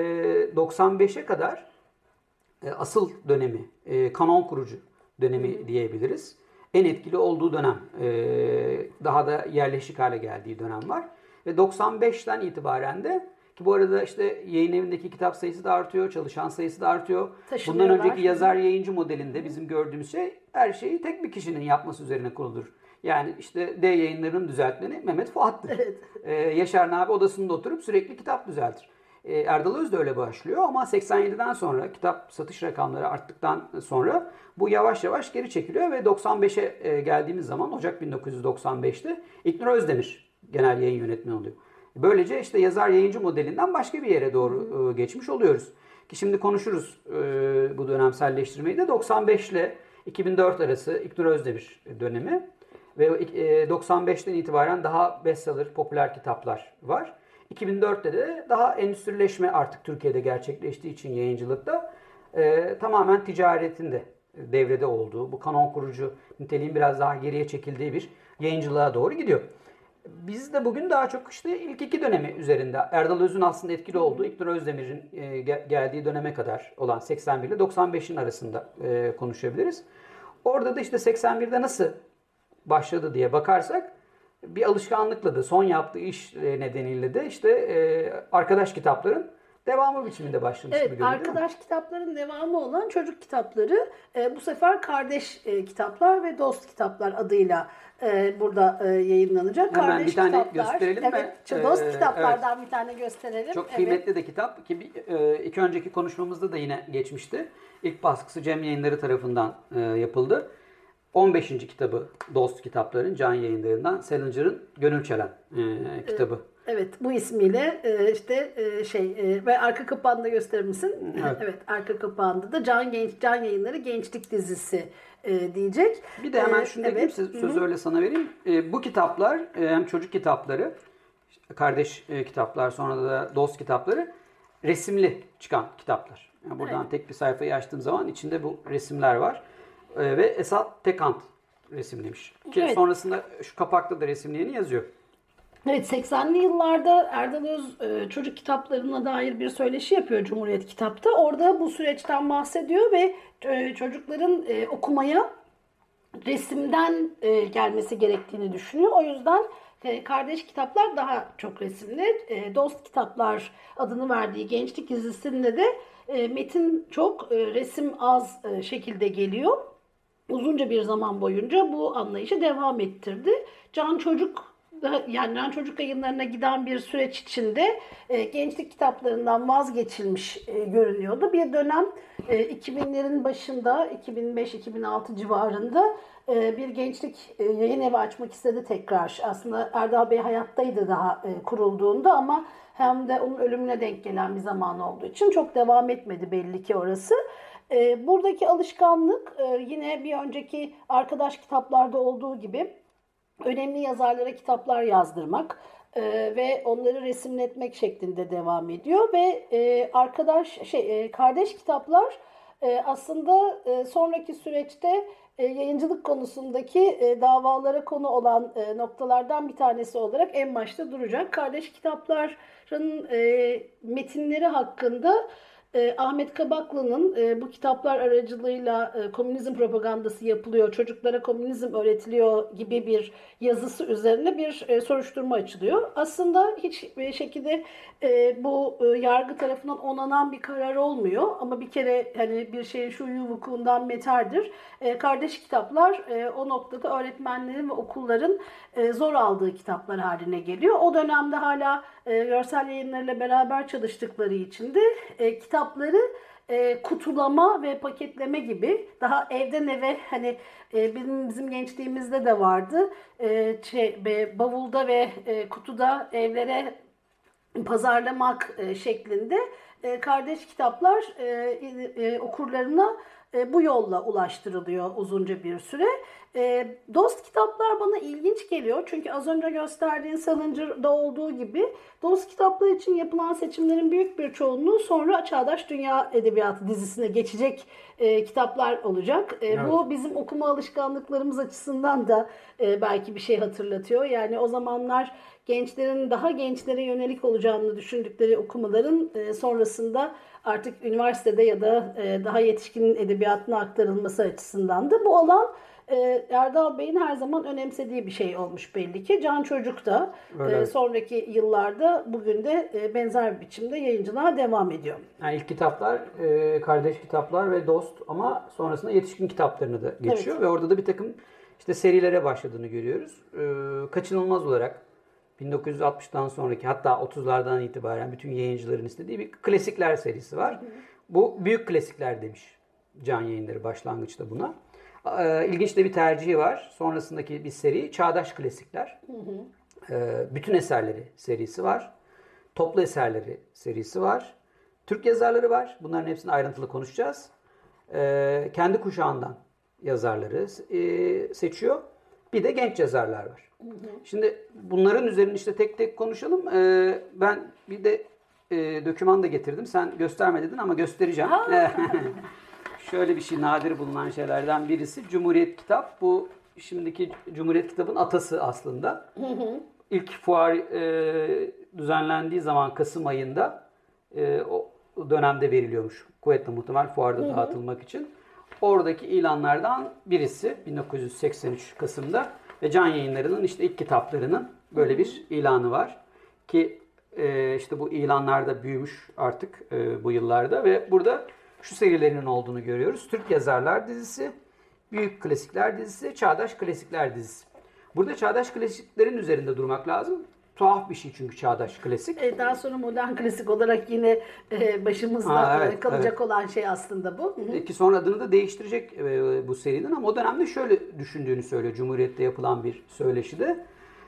Speaker 2: 95'e kadar asıl dönemi, kanon kurucu dönemi diyebiliriz. En etkili olduğu dönem, daha da yerleşik hale geldiği dönem var. Ve 95'ten itibaren de ki bu arada işte yayın evindeki kitap sayısı da artıyor, çalışan sayısı da artıyor. Bundan önceki yazar yayıncı modelinde bizim gördüğümüz şey her şeyi tek bir kişinin yapması üzerine kurulur. Yani işte D Yayınları'nın düzeltmeni Mehmet Fuat'tır. Evet. Yaşar Nabi odasında oturup sürekli kitap düzeltir. Erdal Öz de öyle başlıyor ama 87'den sonra kitap satış rakamları arttıktan sonra bu yavaş yavaş geri çekiliyor ve 95'e geldiğimiz zaman Ocak 1995'te İlknur Özdemir genel yayın yönetmeni oluyor. Böylece işte yazar yayıncı modelinden başka bir yere doğru geçmiş oluyoruz. Ki şimdi konuşuruz bu dönemselleştirmeyi de 95 ile 2004 arası İlknur Özdemir dönemi ve 95'ten itibaren daha bestseller popüler kitaplar var. 2004'te de daha endüstrileşme artık Türkiye'de gerçekleştiği için yayıncılıkta tamamen ticaretin de devrede olduğu, bu kanon kurucu niteliğin biraz daha geriye çekildiği bir yayıncılığa doğru gidiyor. Biz de bugün daha çok işte ilk iki dönemi üzerinde Erdal Öz'ün aslında etkili olduğu İlknur Özdemir'in geldiği döneme kadar olan 81 ile 95'in arasında konuşabiliriz. Orada da işte 81'de nasıl başladı diye bakarsak bir alışkanlıkla da son yaptığı iş nedeniyle de işte arkadaş kitapların devamı biçiminde başlamış gibi görünüyor.
Speaker 3: Arkadaş kitapların devamı olan çocuk kitapları bu sefer kardeş kitaplar ve dost kitaplar adıyla burada yayınlanacak.
Speaker 2: Hemen
Speaker 3: kardeş
Speaker 2: bir tane
Speaker 3: kitaplar,
Speaker 2: gösterelim mi?
Speaker 3: Dost kitaplardan bir tane gösterelim.
Speaker 2: Çok kıymetli de kitap ki iki önceki konuşmamızda da yine geçmişti. İlk baskısı Cem Yayınları tarafından yapıldı. 15. kitabı Dost kitapların Can Yayınları'ndan Salinger'ın Gönül Çelen kitabı.
Speaker 3: Evet, bu ismiyle ve arka kapağını da gösterir misin? Evet, arka kapağında da Can Yayınları Gençlik Dizisi diyecek.
Speaker 2: Bir de hemen şunu diyeyim, sözü öyle sana vereyim. Bu kitaplar hem çocuk kitapları, kardeş kitaplar, sonra da dost kitapları resimli çıkan kitaplar. Yani buradan tek bir sayfayı açtığım zaman içinde bu resimler var. Ve Esat Tekant resimlemiş. Ki sonrasında şu kapakta da resimleyeni yazıyor.
Speaker 3: Evet, 80'li yıllarda Erdal Öz çocuk kitaplarına dair bir söyleşi yapıyor Cumhuriyet Kitap'ta. Orada bu süreçten bahsediyor ve çocukların okumaya resimden gelmesi gerektiğini düşünüyor. O yüzden kardeş kitaplar daha çok resimli. Dost kitaplar adını verdiği gençlik dizisinde de metin çok, resim az şekilde geliyor. Uzunca bir zaman boyunca bu anlayışı devam ettirdi. Can Çocuk Yayınlarına giden bir süreç içinde gençlik kitaplarından vazgeçilmiş görünüyordu. Bir dönem 2000'lerin başında 2005-2006 civarında bir gençlik yayın evi açmak istedi tekrar. Aslında Erdal Bey hayattaydı daha kurulduğunda ama hem de onun ölümüne denk gelen bir zaman olduğu için çok devam etmedi belli ki orası. Buradaki alışkanlık yine bir önceki arkadaş kitaplarda olduğu gibi önemli yazarlara kitaplar yazdırmak ve onları resimletmek şeklinde devam ediyor ve kardeş kitaplar aslında sonraki süreçte yayıncılık konusundaki davalara konu olan noktalardan bir tanesi olarak en başta duracak. Kardeş kitapların metinleri hakkında Ahmet Kabaklı'nın bu kitaplar aracılığıyla komünizm propagandası yapılıyor, çocuklara komünizm öğretiliyor gibi bir yazısı üzerine bir soruşturma açılıyor. Aslında hiçbir şekilde bu yargı tarafından onanan bir karar olmuyor. Ama bir kere hani bir şeyin şuyu vukuundan beterdir. Kardeş kitaplar o noktada öğretmenlerin ve okulların zor aldığı kitaplar haline geliyor. O dönemde hala görsel yayınlarıyla beraber çalıştıkları için de kitapları kutulama ve paketleme gibi daha evden eve hani bizim gençliğimizde de vardı. Bavulda ve kutuda evlere pazarlamak şeklinde kardeş kitaplar okurlarına bu yolla ulaştırılıyor uzunca bir süre. Dost kitaplar bana ilginç geliyor. Çünkü az önce gösterdiğin Salıncı'da olduğu gibi dost kitaplar için yapılan seçimlerin büyük bir çoğunluğu sonra Çağdaş Dünya Edebiyatı dizisine geçecek kitaplar olacak. Evet. Bu bizim okuma alışkanlıklarımız açısından da belki bir şey hatırlatıyor. Yani o zamanlar gençlerin daha gençlere yönelik olacağını düşündükleri okumaların sonrasında artık üniversitede ya da daha yetişkin edebiyatına aktarılması açısından da bu alan Erdal Bey'in her zaman önemsediği bir şey olmuş belli ki. Can Çocuk da sonraki yıllarda bugün de benzer bir biçimde yayıncılığa devam ediyor.
Speaker 2: Yani ilk kitaplar kardeş kitaplar ve dost ama sonrasında yetişkin kitaplarını da geçiyor. Evet. Ve orada da bir takım işte serilere başladığını görüyoruz. Kaçınılmaz olarak 1960'tan sonraki hatta 30'lardan itibaren bütün yayıncıların istediği bir klasikler serisi var. Hı hı. Bu büyük klasikler demiş Can Yayınları başlangıçta buna. İlginç de bir tercihi var. Sonrasındaki bir seri Çağdaş Klasikler. Hı hı. Bütün eserleri serisi var. Toplu eserleri serisi var. Türk yazarları var. Bunların hepsini ayrıntılı konuşacağız. Kendi kuşağından yazarları seçiyor. Bir de genç yazarlar var. Hı hı. Şimdi bunların üzerine işte tek tek konuşalım. Ben bir de doküman da getirdim. Sen gösterme dedin ama göstereceğim. Şöyle bir şey nadir bulunan şeylerden birisi Cumhuriyet Kitap. Bu şimdiki Cumhuriyet Kitab'ın atası aslında. Hı hı. İlk fuar düzenlendiği zaman Kasım ayında o dönemde veriliyormuş. Kuvvetle muhtemel fuarda dağıtılmak için. Oradaki ilanlardan birisi 1983 Kasım'da ve Can Yayınları'nın işte ilk kitaplarının böyle bir ilanı var. Ki işte bu ilanlarda büyümüş artık bu yıllarda ve burada şu serilerinin olduğunu görüyoruz. Türk Yazarlar dizisi, Büyük Klasikler dizisi, Çağdaş Klasikler dizisi. Burada çağdaş klasiklerin üzerinde durmak lazım. Tuhaf bir şey çünkü çağdaş klasik.
Speaker 3: Daha sonra modern klasik olarak yine başımızda kalacak olan şey aslında bu.
Speaker 2: Ki sonra adını da değiştirecek bu serinin ama o dönemde şöyle düşündüğünü söylüyor. Cumhuriyet'te yapılan bir söyleşide.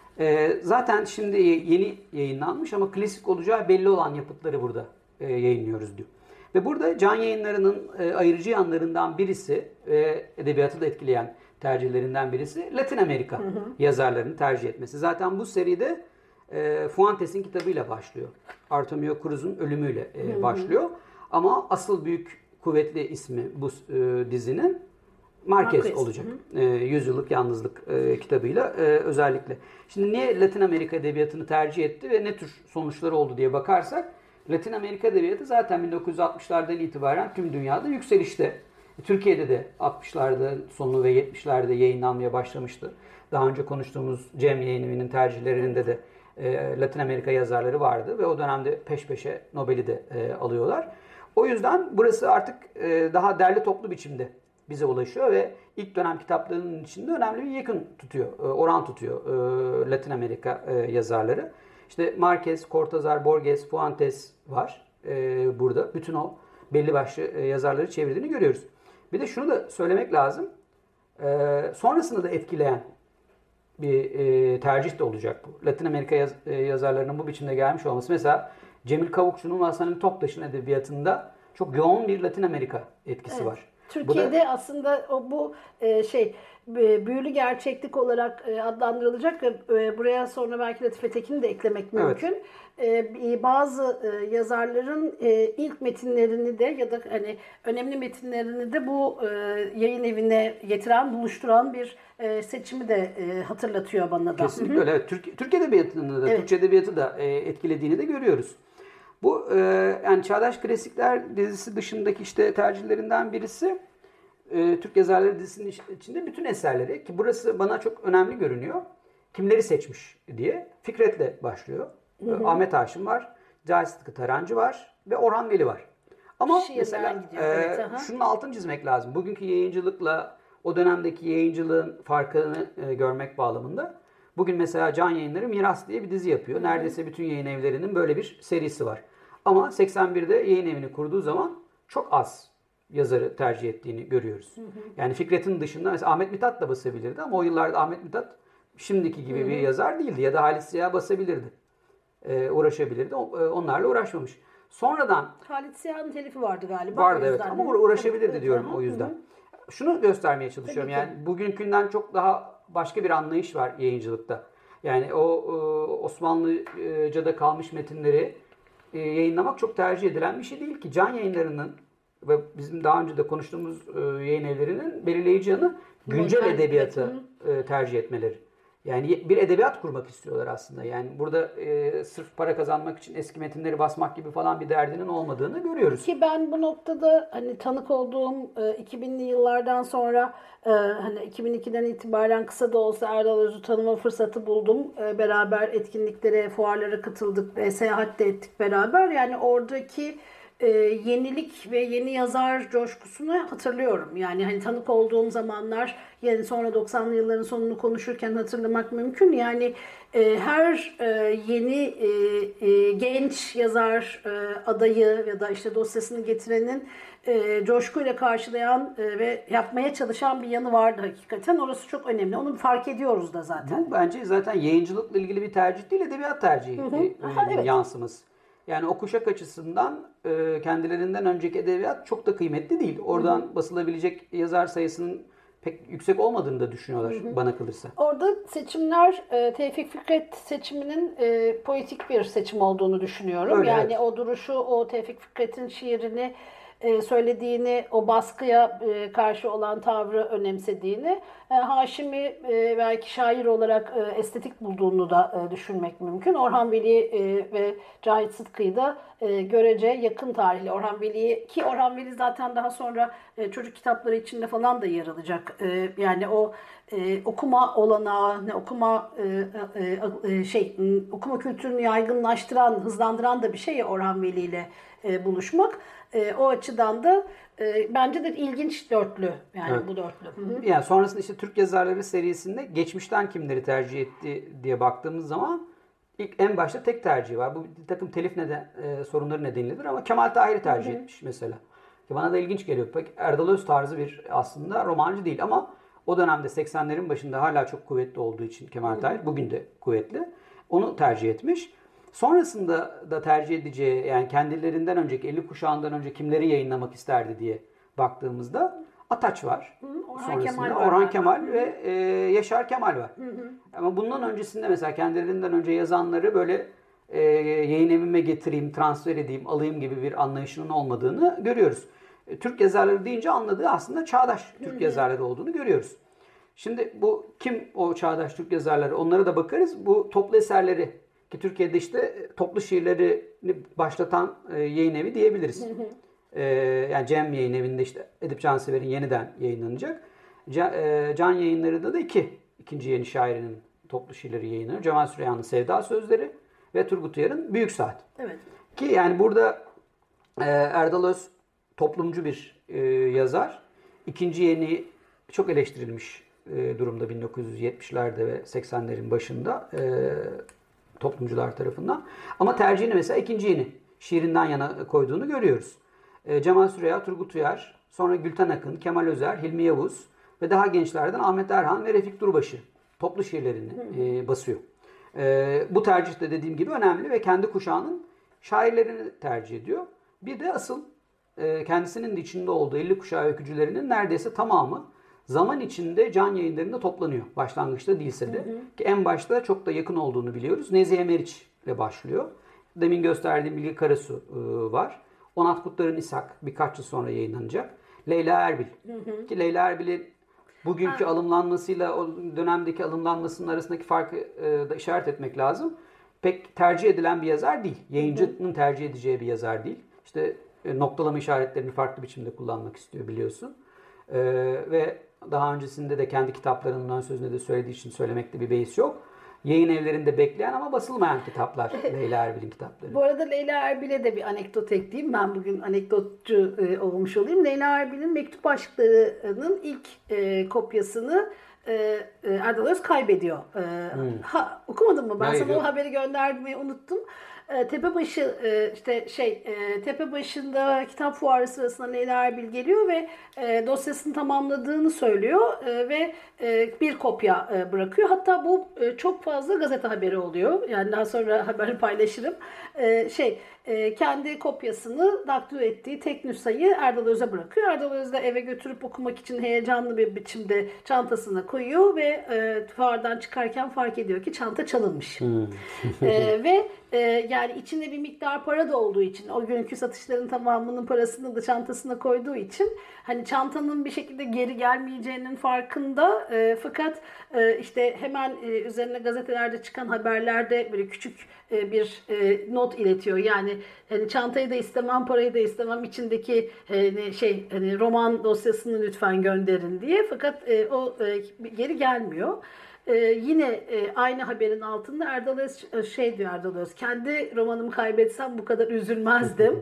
Speaker 2: Zaten şimdi yeni yayınlanmış ama klasik olacağı belli olan yapıtları burada yayınlıyoruz diyor. Ve burada Can Yayınları'nın ayırıcı yanlarından birisi ve edebiyatı da etkileyen tercihlerinden birisi Latin Amerika yazarlarını tercih etmesi. Zaten bu seride Fuentes'in kitabıyla başlıyor. Artemio Cruz'un ölümüyle başlıyor. Ama asıl büyük kuvvetli ismi bu dizinin Marquez olacak. 100 Yıllık Yalnızlık kitabıyla özellikle. Şimdi niye Latin Amerika edebiyatını tercih etti ve ne tür sonuçları oldu diye bakarsak Latin Amerika edebiyatı zaten 1960'lardan itibaren tüm dünyada yükselişte. Türkiye'de de 60'larda sonu ve 70'lerde yayınlanmaya başlamıştı. Daha önce konuştuğumuz Cem Yayınevi'nin tercihlerinde de Latin Amerika yazarları vardı ve o dönemde peş peşe Nobel'i de alıyorlar. O yüzden burası artık daha derli toplu biçimde bize ulaşıyor ve ilk dönem kitaplarının içinde önemli bir yakın tutuyor, oran tutuyor Latin Amerika yazarları. İşte Marquez, Cortázar, Borges, Fuentes var burada. Bütün o belli başlı yazarları çevirdiğini görüyoruz. Bir de şunu da söylemek lazım. Sonrasında da etkileyen bir tercih de olacak bu. Latin Amerika yazarlarının bu biçimde gelmiş olması. Mesela Cemil Kavukçu'nun ve Hasan Ali Toptaş'ın edebiyatında çok yoğun bir Latin Amerika etkisi var.
Speaker 3: Türkiye'de da, aslında bu büyülü gerçeklik olarak adlandırılacak ve buraya sonra belki Latife Tekin'i de eklemek mümkün. Evet. Bazı yazarların ilk metinlerini de ya da hani önemli metinlerini de bu yayın evine getiren, buluşturan bir seçimi de hatırlatıyor bana da.
Speaker 2: Kesinlikle öyle. Evet. Türk Edebiyatı'nı da, Türkçe Edebiyatı da etkilediğini de görüyoruz. Bu yani Çağdaş Klasikler dizisi dışındaki işte tercihlerinden birisi Türk Yazarları dizisinin içinde bütün eserleri, ki burası bana çok önemli görünüyor. Kimleri seçmiş diye. Fikret'le başlıyor. Ahmet Haşim var. Cahit Sıtkı Tarancı var. Ve Orhan Veli var. Ama
Speaker 3: Şiirler
Speaker 2: mesela
Speaker 3: gidiyor, evet,
Speaker 2: şunun altını çizmek lazım. Bugünkü yayıncılıkla o dönemdeki yayıncılığın farkını görmek bağlamında. Bugün mesela Can Yayınları Miras diye bir dizi yapıyor. Neredeyse bütün yayın evlerinin böyle bir serisi var. Ama 81'de yayın evini kurduğu zaman çok az yazarı tercih ettiğini görüyoruz. Yani Fikret'in dışında mesela Ahmet Mithat da basabilirdi ama o yıllarda Ahmet Mithat şimdiki gibi bir yazar değildi. Ya da Halis Ziya basabilirdi. Uğraşabilirdi. Onlarla uğraşmamış. Sonradan
Speaker 3: Halit Ziya'nın telifi vardı galiba.
Speaker 2: vardı evet ama uğraşabilirdi
Speaker 3: evet,
Speaker 2: diyorum o yüzden. Şunu göstermeye çalışıyorum. Yani bugünkünden çok daha başka bir anlayış var yayıncılıkta. Yani o Osmanlıca'da kalmış metinleri yayınlamak çok tercih edilen bir şey değil ki. Can Yayınları'nın ve bizim daha önce de konuştuğumuz yayın evlerinin belirleyici yanı güncel edebiyatı tercih etmeleri. Yani bir edebiyat kurmak istiyorlar aslında. Yani burada sırf para kazanmak için eski metinleri basmak gibi falan bir derdinin olmadığını görüyoruz.
Speaker 3: Ki ben bu noktada hani tanık olduğum 2000'li yıllardan sonra hani 2002'den itibaren kısa da olsa Erdal Öz'ü tanıma fırsatı buldum. Beraber etkinliklere, fuarlara katıldık ve seyahat de ettik beraber. Yani oradaki yenilik ve yeni yazar coşkusunu hatırlıyorum. Yani hani tanık olduğum zamanlar, yani sonra 90'lı yılların sonunu konuşurken hatırlamak mümkün. Yani her yeni genç yazar adayı ya da işte dosyasını getirenin coşkuyla karşılayan ve yapmaya çalışan bir yanı vardı hakikaten. Orası çok önemli. Onu fark ediyoruz da zaten.
Speaker 2: Bu bence zaten yayıncılıkla ilgili bir tercih değil, edebiyat tercihi
Speaker 3: Evet.
Speaker 2: yansıması. Yani o kuşak açısından kendilerinden önceki edebiyat çok da kıymetli değil. Oradan basılabilecek yazar sayısının pek yüksek olmadığını da düşünüyorlar bana kalırsa.
Speaker 3: Orada seçimler Tevfik Fikret seçiminin poetik bir seçim olduğunu düşünüyorum.
Speaker 2: Öyle,
Speaker 3: yani
Speaker 2: evet.
Speaker 3: o duruşu, o Tevfik Fikret'in şiirini söylediğini, o baskıya karşı olan tavrı önemsediğini, Haşim'i belki şair olarak estetik bulduğunu da düşünmek mümkün. Orhan Veli ve Cahit Sıtkı'yı da görece yakın tarihli. Orhan Veli zaten daha sonra çocuk kitapları içinde falan da yer alacak. Yani o okuma olanağı, okuma kültürünü yaygınlaştıran, hızlandıran da bir şey ya Orhan Veli ile buluşmak. O açıdan da bence de ilginç dörtlü. Yani evet. Bu dörtlü. Hı-hı.
Speaker 2: Yani sonrasında işte Türk Yazarları serisinde geçmişten kimleri tercih etti diye baktığımız zaman en başta tek tercihi var. Bu bir takım telif sorunları nedeniyledir ama Kemal Tahir'i tercih etmiş mesela. Ki bana da ilginç geliyor. Pek Erdal Öz tarzı bir aslında romancı değil ama o dönemde 80'lerin başında hala çok kuvvetli olduğu için Kemal Tahir bugün de kuvvetli. Onu tercih etmiş. Sonrasında da tercih edeceği, yani kendilerinden önceki 50 kuşağından önce kimleri yayınlamak isterdi diye baktığımızda Ataç var. Orhan Kemal ve Yaşar Kemal var. Ama bundan öncesinde mesela kendilerinden önce yazanları böyle yayın evime getireyim, transfer edeyim, alayım gibi bir anlayışının olmadığını görüyoruz. Türk yazarları deyince anladığı aslında çağdaş Türk yazarları olduğunu görüyoruz. Şimdi bu kim o çağdaş Türk yazarları? Onlara da bakarız. Bu toplu eserleri, ki Türkiye'de işte toplu şiirlerini başlatan yayın evi diyebiliriz. Yani Cem Yayın Evi'nde işte Edip Cansever'in yeniden yayınlanacak. Can Yayınları'nda da ikinci yeni şairinin toplu şiirleri yayınlanıyor. Cemal Süreyya'nın Sevda Sözleri ve Turgut Uyar'ın Büyük Saat.
Speaker 3: Evet.
Speaker 2: Ki yani burada Erdal Öz toplumcu bir yazar. İkinci yeni çok eleştirilmiş durumda 1970'lerde ve 80'lerin başında toplumcular tarafından. Ama tercihini mesela ikinci yeni şiirinden yana koyduğunu görüyoruz. Cemal Süreyya, Turgut Uyar, sonra Gülten Akın, Kemal Özer, Hilmi Yavuz ve daha gençlerden Ahmet Erhan ve Refik Durbaşı toplu şiirlerini basıyor. Bu tercih de dediğim gibi önemli ve kendi kuşağının şairlerini tercih ediyor. Bir de asıl kendisinin de içinde olduğu 50 kuşağı öykücülerinin neredeyse tamamı zaman içinde Can Yayınları'nda toplanıyor. Başlangıçta değilse de. Ki en başta çok da yakın olduğunu biliyoruz. Nezihe Meriç ile başlıyor. Demin gösterdiğim Bilge Karasu var. Onat Kutlar'ın İshak birkaç yıl sonra yayınlanacak. Leyla Erbil. Ki Leyla Erbil'in bugünkü alımlanmasıyla o dönemdeki alımlanmasının arasındaki farkı da işaret etmek lazım. pek tercih edilen bir yazar değil. Yayıncının tercih edeceği bir yazar değil. İşte noktalama işaretlerini farklı biçimde kullanmak istiyor biliyorsun. Ve daha öncesinde de kendi kitaplarının ön sözünde de söylediği için söylemekte bir beis yok. Yayın evlerinde bekleyen ama basılmayan kitaplar Leyla Erbil'in kitapları.
Speaker 3: Bu arada Leyla Erbil'e de bir anekdot ekleyeyim. Ben bugün anekdotçu olmuş olayım. Leyla Erbil'in mektup aşklarının ilk kopyasını Erdal Öz kaybediyor. Okumadın mı? Ben
Speaker 2: Hayır,
Speaker 3: sana
Speaker 2: yok.
Speaker 3: o haberi göndermeyi unuttum. Tepebaşı Tepebaşı'nda kitap fuarı sırasında Leyla Erbil geliyor ve dosyasını tamamladığını söylüyor ve bir kopya bırakıyor. Hatta bu çok fazla gazete haberi oluyor. Yani daha sonra haberi paylaşırım. Kendi kopyasını daktilo ettiği tek nüshayı Erdal Öz'e bırakıyor. Erdal Öz de eve götürüp okumak için heyecanlı bir biçimde çantasına koyuyor ve fuardan çıkarken fark ediyor ki çanta çalınmış. Ve yani içinde bir miktar para da olduğu için, o günkü satışların tamamının parasını da çantasına koyduğu için hani çantanın bir şekilde geri gelmeyeceğinin farkında, fakat işte hemen üzerine gazetelerde çıkan haberlerde böyle küçük bir not iletiyor. Yani hani çantayı da istemem, parayı da istemem, içindeki hani roman dosyasını lütfen gönderin diye. Fakat o geri gelmiyor. Yine aynı haberin altında Erdal Öz diyor, Erdal Öz, kendi romanımı kaybetsem bu kadar üzülmezdim.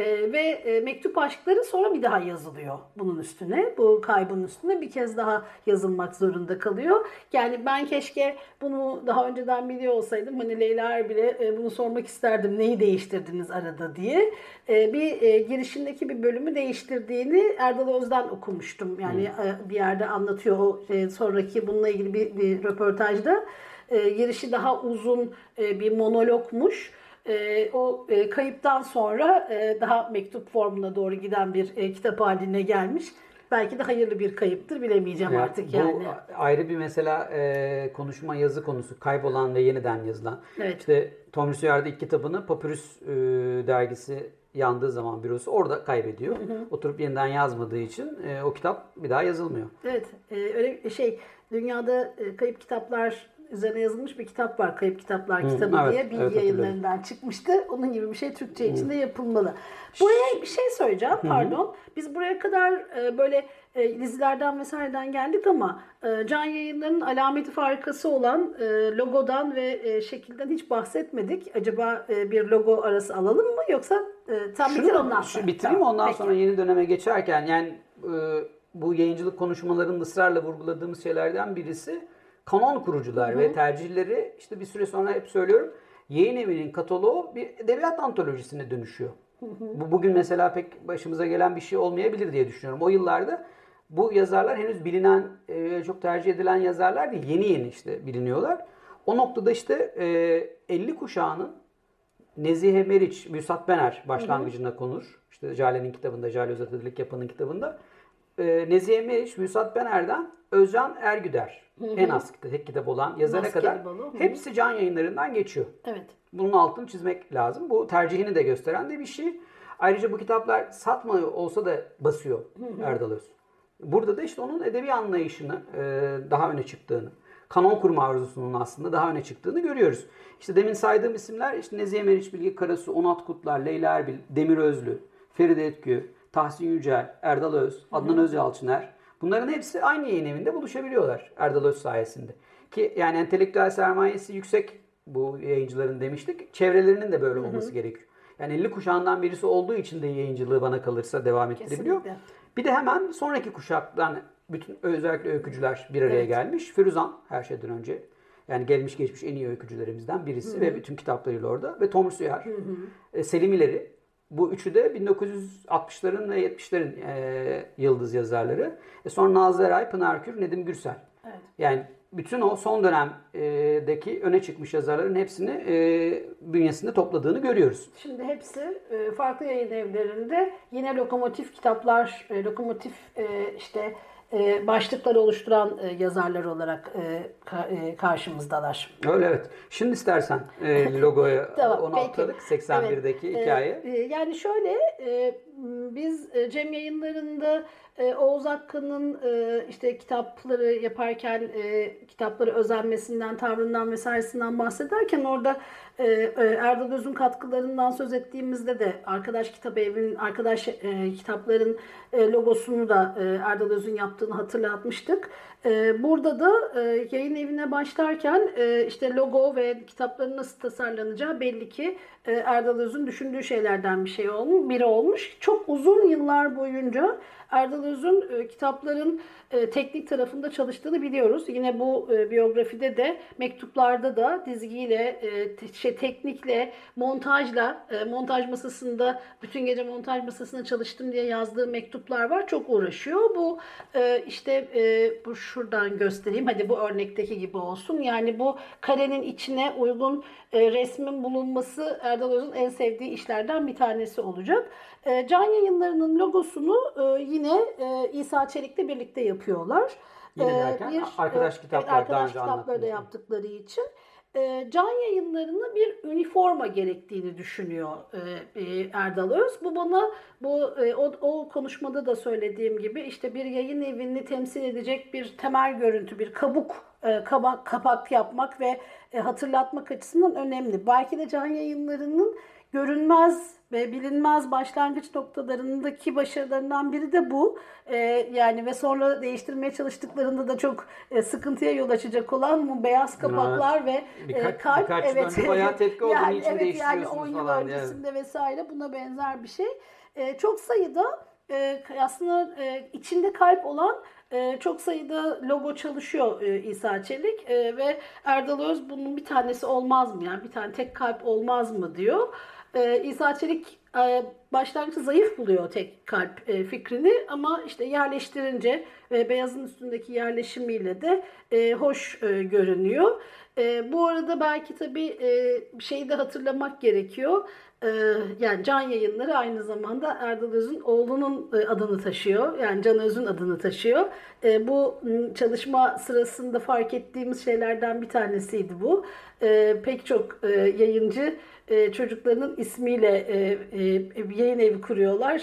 Speaker 3: Ve mektup aşkları sonra bir daha yazılıyor bunun üstüne. Bu kaybın üstüne bir kez daha yazılmak zorunda kalıyor. Yani ben keşke bunu daha önceden biliyor olsaydım. Hani Leyla Erbil'e bunu sormak isterdim. Neyi değiştirdiniz arada diye. Bir girişindeki bir bölümü değiştirdiğini Erdal Öz'den okumuştum. Yani bir yerde anlatıyor o sonraki bununla ilgili bir röportajda. Girişi daha uzun bir monologmuş. O kayıptan sonra daha mektup formuna doğru giden bir kitap haline gelmiş. Belki de hayırlı bir kayıptır, bilemeyeceğim
Speaker 2: Evet,
Speaker 3: artık yani.
Speaker 2: Bu ayrı bir mesela konuşma yazı konusu. Kaybolan ve yeniden yazılan.
Speaker 3: Evet.
Speaker 2: İşte Tom Sawyer ilk kitabını Papyrus dergisi yandığı zaman bürosu orada kaybediyor. Oturup yeniden yazmadığı için o kitap bir daha yazılmıyor.
Speaker 3: Evet, öyle dünyada kayıp kitaplar üzerine yazılmış bir kitap var. Kayıp Kitaplar kitabı
Speaker 2: evet,
Speaker 3: diye Bilgi
Speaker 2: evet,
Speaker 3: yayınlarından çıkmıştı. Onun gibi bir şey Türkçe içinde yapılmalı. Buraya bir şey söyleyeceğim, pardon. Biz buraya kadar böyle dizilerden vesaireden geldik ama Can Yayınları'nın alameti farikası olan logodan ve şekilden hiç bahsetmedik. Acaba bir logo arası alalım mı, yoksa tam bitir ondan sonra?
Speaker 2: Bitireyim,
Speaker 3: Tamam,
Speaker 2: ondan
Speaker 3: peki.
Speaker 2: sonra yeni döneme geçerken yani bu yayıncılık konuşmalarının ısrarla vurguladığımız şeylerden birisi kanon kurucular ve tercihleri. İşte bir süre sonra hep söylüyorum, yayın evinin kataloğu bir edebiyat antolojisine dönüşüyor. Bu bugün mesela pek başımıza gelen bir şey olmayabilir diye düşünüyorum. O yıllarda bu yazarlar henüz bilinen, çok tercih edilen yazarlar değil. Yeni işte biliniyorlar. O noktada işte 50 kuşağının Nezihe Meriç, Vüsat Bener başlangıcında konur. İşte Jale'nin kitabında, Jale Özat Edilik Yapan'ın kitabında. Nezihe Meriç, Vüsat Bener'den Özcan Ergüder, en az tek kitap olan yazara kadar hepsi Can Yayınları'ndan geçiyor.
Speaker 3: Evet.
Speaker 2: Bunun altını çizmek lazım. Bu tercihini de gösteren de bir şey. Ayrıca bu kitaplar satmıyor olsa da basıyor Erdal Öz. Burada da işte onun edebi anlayışını daha öne çıktığını, kanon kurma arzusunun aslında daha öne çıktığını görüyoruz. İşte demin saydığım isimler işte Nezihe Meriç, Bilge Karasu, Onat Kutlar, Leyla Erbil, Demir Özlü, Feride Etkü, Tahsin Yücel, Erdal Öz, Adnan Özyalçıner. Bunların hepsi aynı yayın evinde buluşabiliyorlar Erdal Öz sayesinde. Ki yani entelektüel sermayesi yüksek bu yayıncıların demiştik. Çevrelerinin de böyle olması gerekiyor. Yani 50 kuşağından birisi olduğu için de yayıncılığı bana kalırsa devam ettirebiliyor.
Speaker 3: Kesinlikle.
Speaker 2: Bir de hemen sonraki kuşaktan bütün özellikle öykücüler bir araya gelmiş. Firuzan her şeyden önce. Yani gelmiş geçmiş en iyi öykücülerimizden birisi ve bütün kitaplarıyla orada. Ve Tom Sawyer, Selim İleri. Bu üçü de 1960'ların ve 70'lerin yıldız yazarları. Sonra Nazlı Eray, Pınar Kür, Nedim Gürsel.
Speaker 3: Evet.
Speaker 2: Yani bütün o son dönemdeki öne çıkmış yazarların hepsini bünyesinde topladığını görüyoruz.
Speaker 3: Şimdi hepsi farklı yayın evlerinde yine lokomotif kitaplar, lokomotif başlıkları oluşturan yazarlar olarak karşımızdalar.
Speaker 2: Öyle, evet. Şimdi istersen logoya
Speaker 3: Tamam,
Speaker 2: onu
Speaker 3: peki.
Speaker 2: atladık. 81'deki hikaye.
Speaker 3: Yani şöyle Biz Cem Yayınları'nda Oğuz Hakkı'nın işte kitapları yaparken kitapları özenmesinden, tavrından vesairesinden bahsederken orada Erdal Öz'ün katkılarından söz ettiğimizde de Arkadaş Kitap Evi'nin, Arkadaş kitapların logosunu da Erdal Öz'ün yaptığını hatırlatmıştık. Burada da yayın evine başlarken işte logo ve kitapların nasıl tasarlanacağı belli ki Erdal Öz'ün düşündüğü şeylerden biri olmuş. Çok uzun yıllar boyunca Erdal Öz'ün kitapların teknik tarafında çalıştığını biliyoruz. Yine bu biyografide de mektuplarda da dizgiyle, teknikle, montajla, montaj masasında bütün gece montaj masasında çalıştım diye yazdığı mektuplar var. Çok uğraşıyor. Bu işte bu şuradan göstereyim. Hadi bu örnekteki gibi olsun. Yani bu karenin içine uygun resmin bulunması Erdal Öz'ün en sevdiği işlerden bir tanesi olacak. Can Yayınları'nın logosunu yine İsa Çelik'le birlikte yapıyorlar.
Speaker 2: Yine derken arkadaş kitaplar
Speaker 3: evet, arkadaş kitapları da yaptıkları için. Can Yayınları'nın bir üniforma gerektiğini düşünüyor Erdal Öz. Bu bana o konuşmada da söylediğim gibi işte bir yayın evini temsil edecek bir temel görüntü, bir kapak yapmak ve hatırlatmak açısından önemli. Belki de Can Yayınları'nın görünmez ve bilinmez başlangıç noktalarındaki başarılarından biri de bu. Yani ve sonra değiştirmeye çalıştıklarında da çok sıkıntıya yol açacak olan bu beyaz kapaklar ve kalp.
Speaker 2: Evet. Bayağı tepki olduğu
Speaker 3: yani,
Speaker 2: için
Speaker 3: yani 10 yıl öncesinde vesaire buna benzer bir şey. Çok sayıda aslında içinde kalp olan çok sayıda logo çalışıyor İsa Çelik ve Erdal Öz bunun bir tanesi olmaz mı? Yani bir tane tek kalp olmaz mı diyor. İsa Çelik başlangıçta zayıf buluyor tek kalp fikrini ama işte yerleştirince ve beyazın üstündeki yerleşimiyle de hoş görünüyor. Bu arada belki tabii bir şeyi de hatırlamak gerekiyor. Yani Can Yayınları aynı zamanda Erdal Öz'ün oğlunun adını taşıyor. Yani Can Öz'ün adını taşıyor. Bu çalışma sırasında fark ettiğimiz şeylerden bir tanesiydi bu. Pek çok yayıncı çocuklarının ismiyle yayın evi kuruyorlar.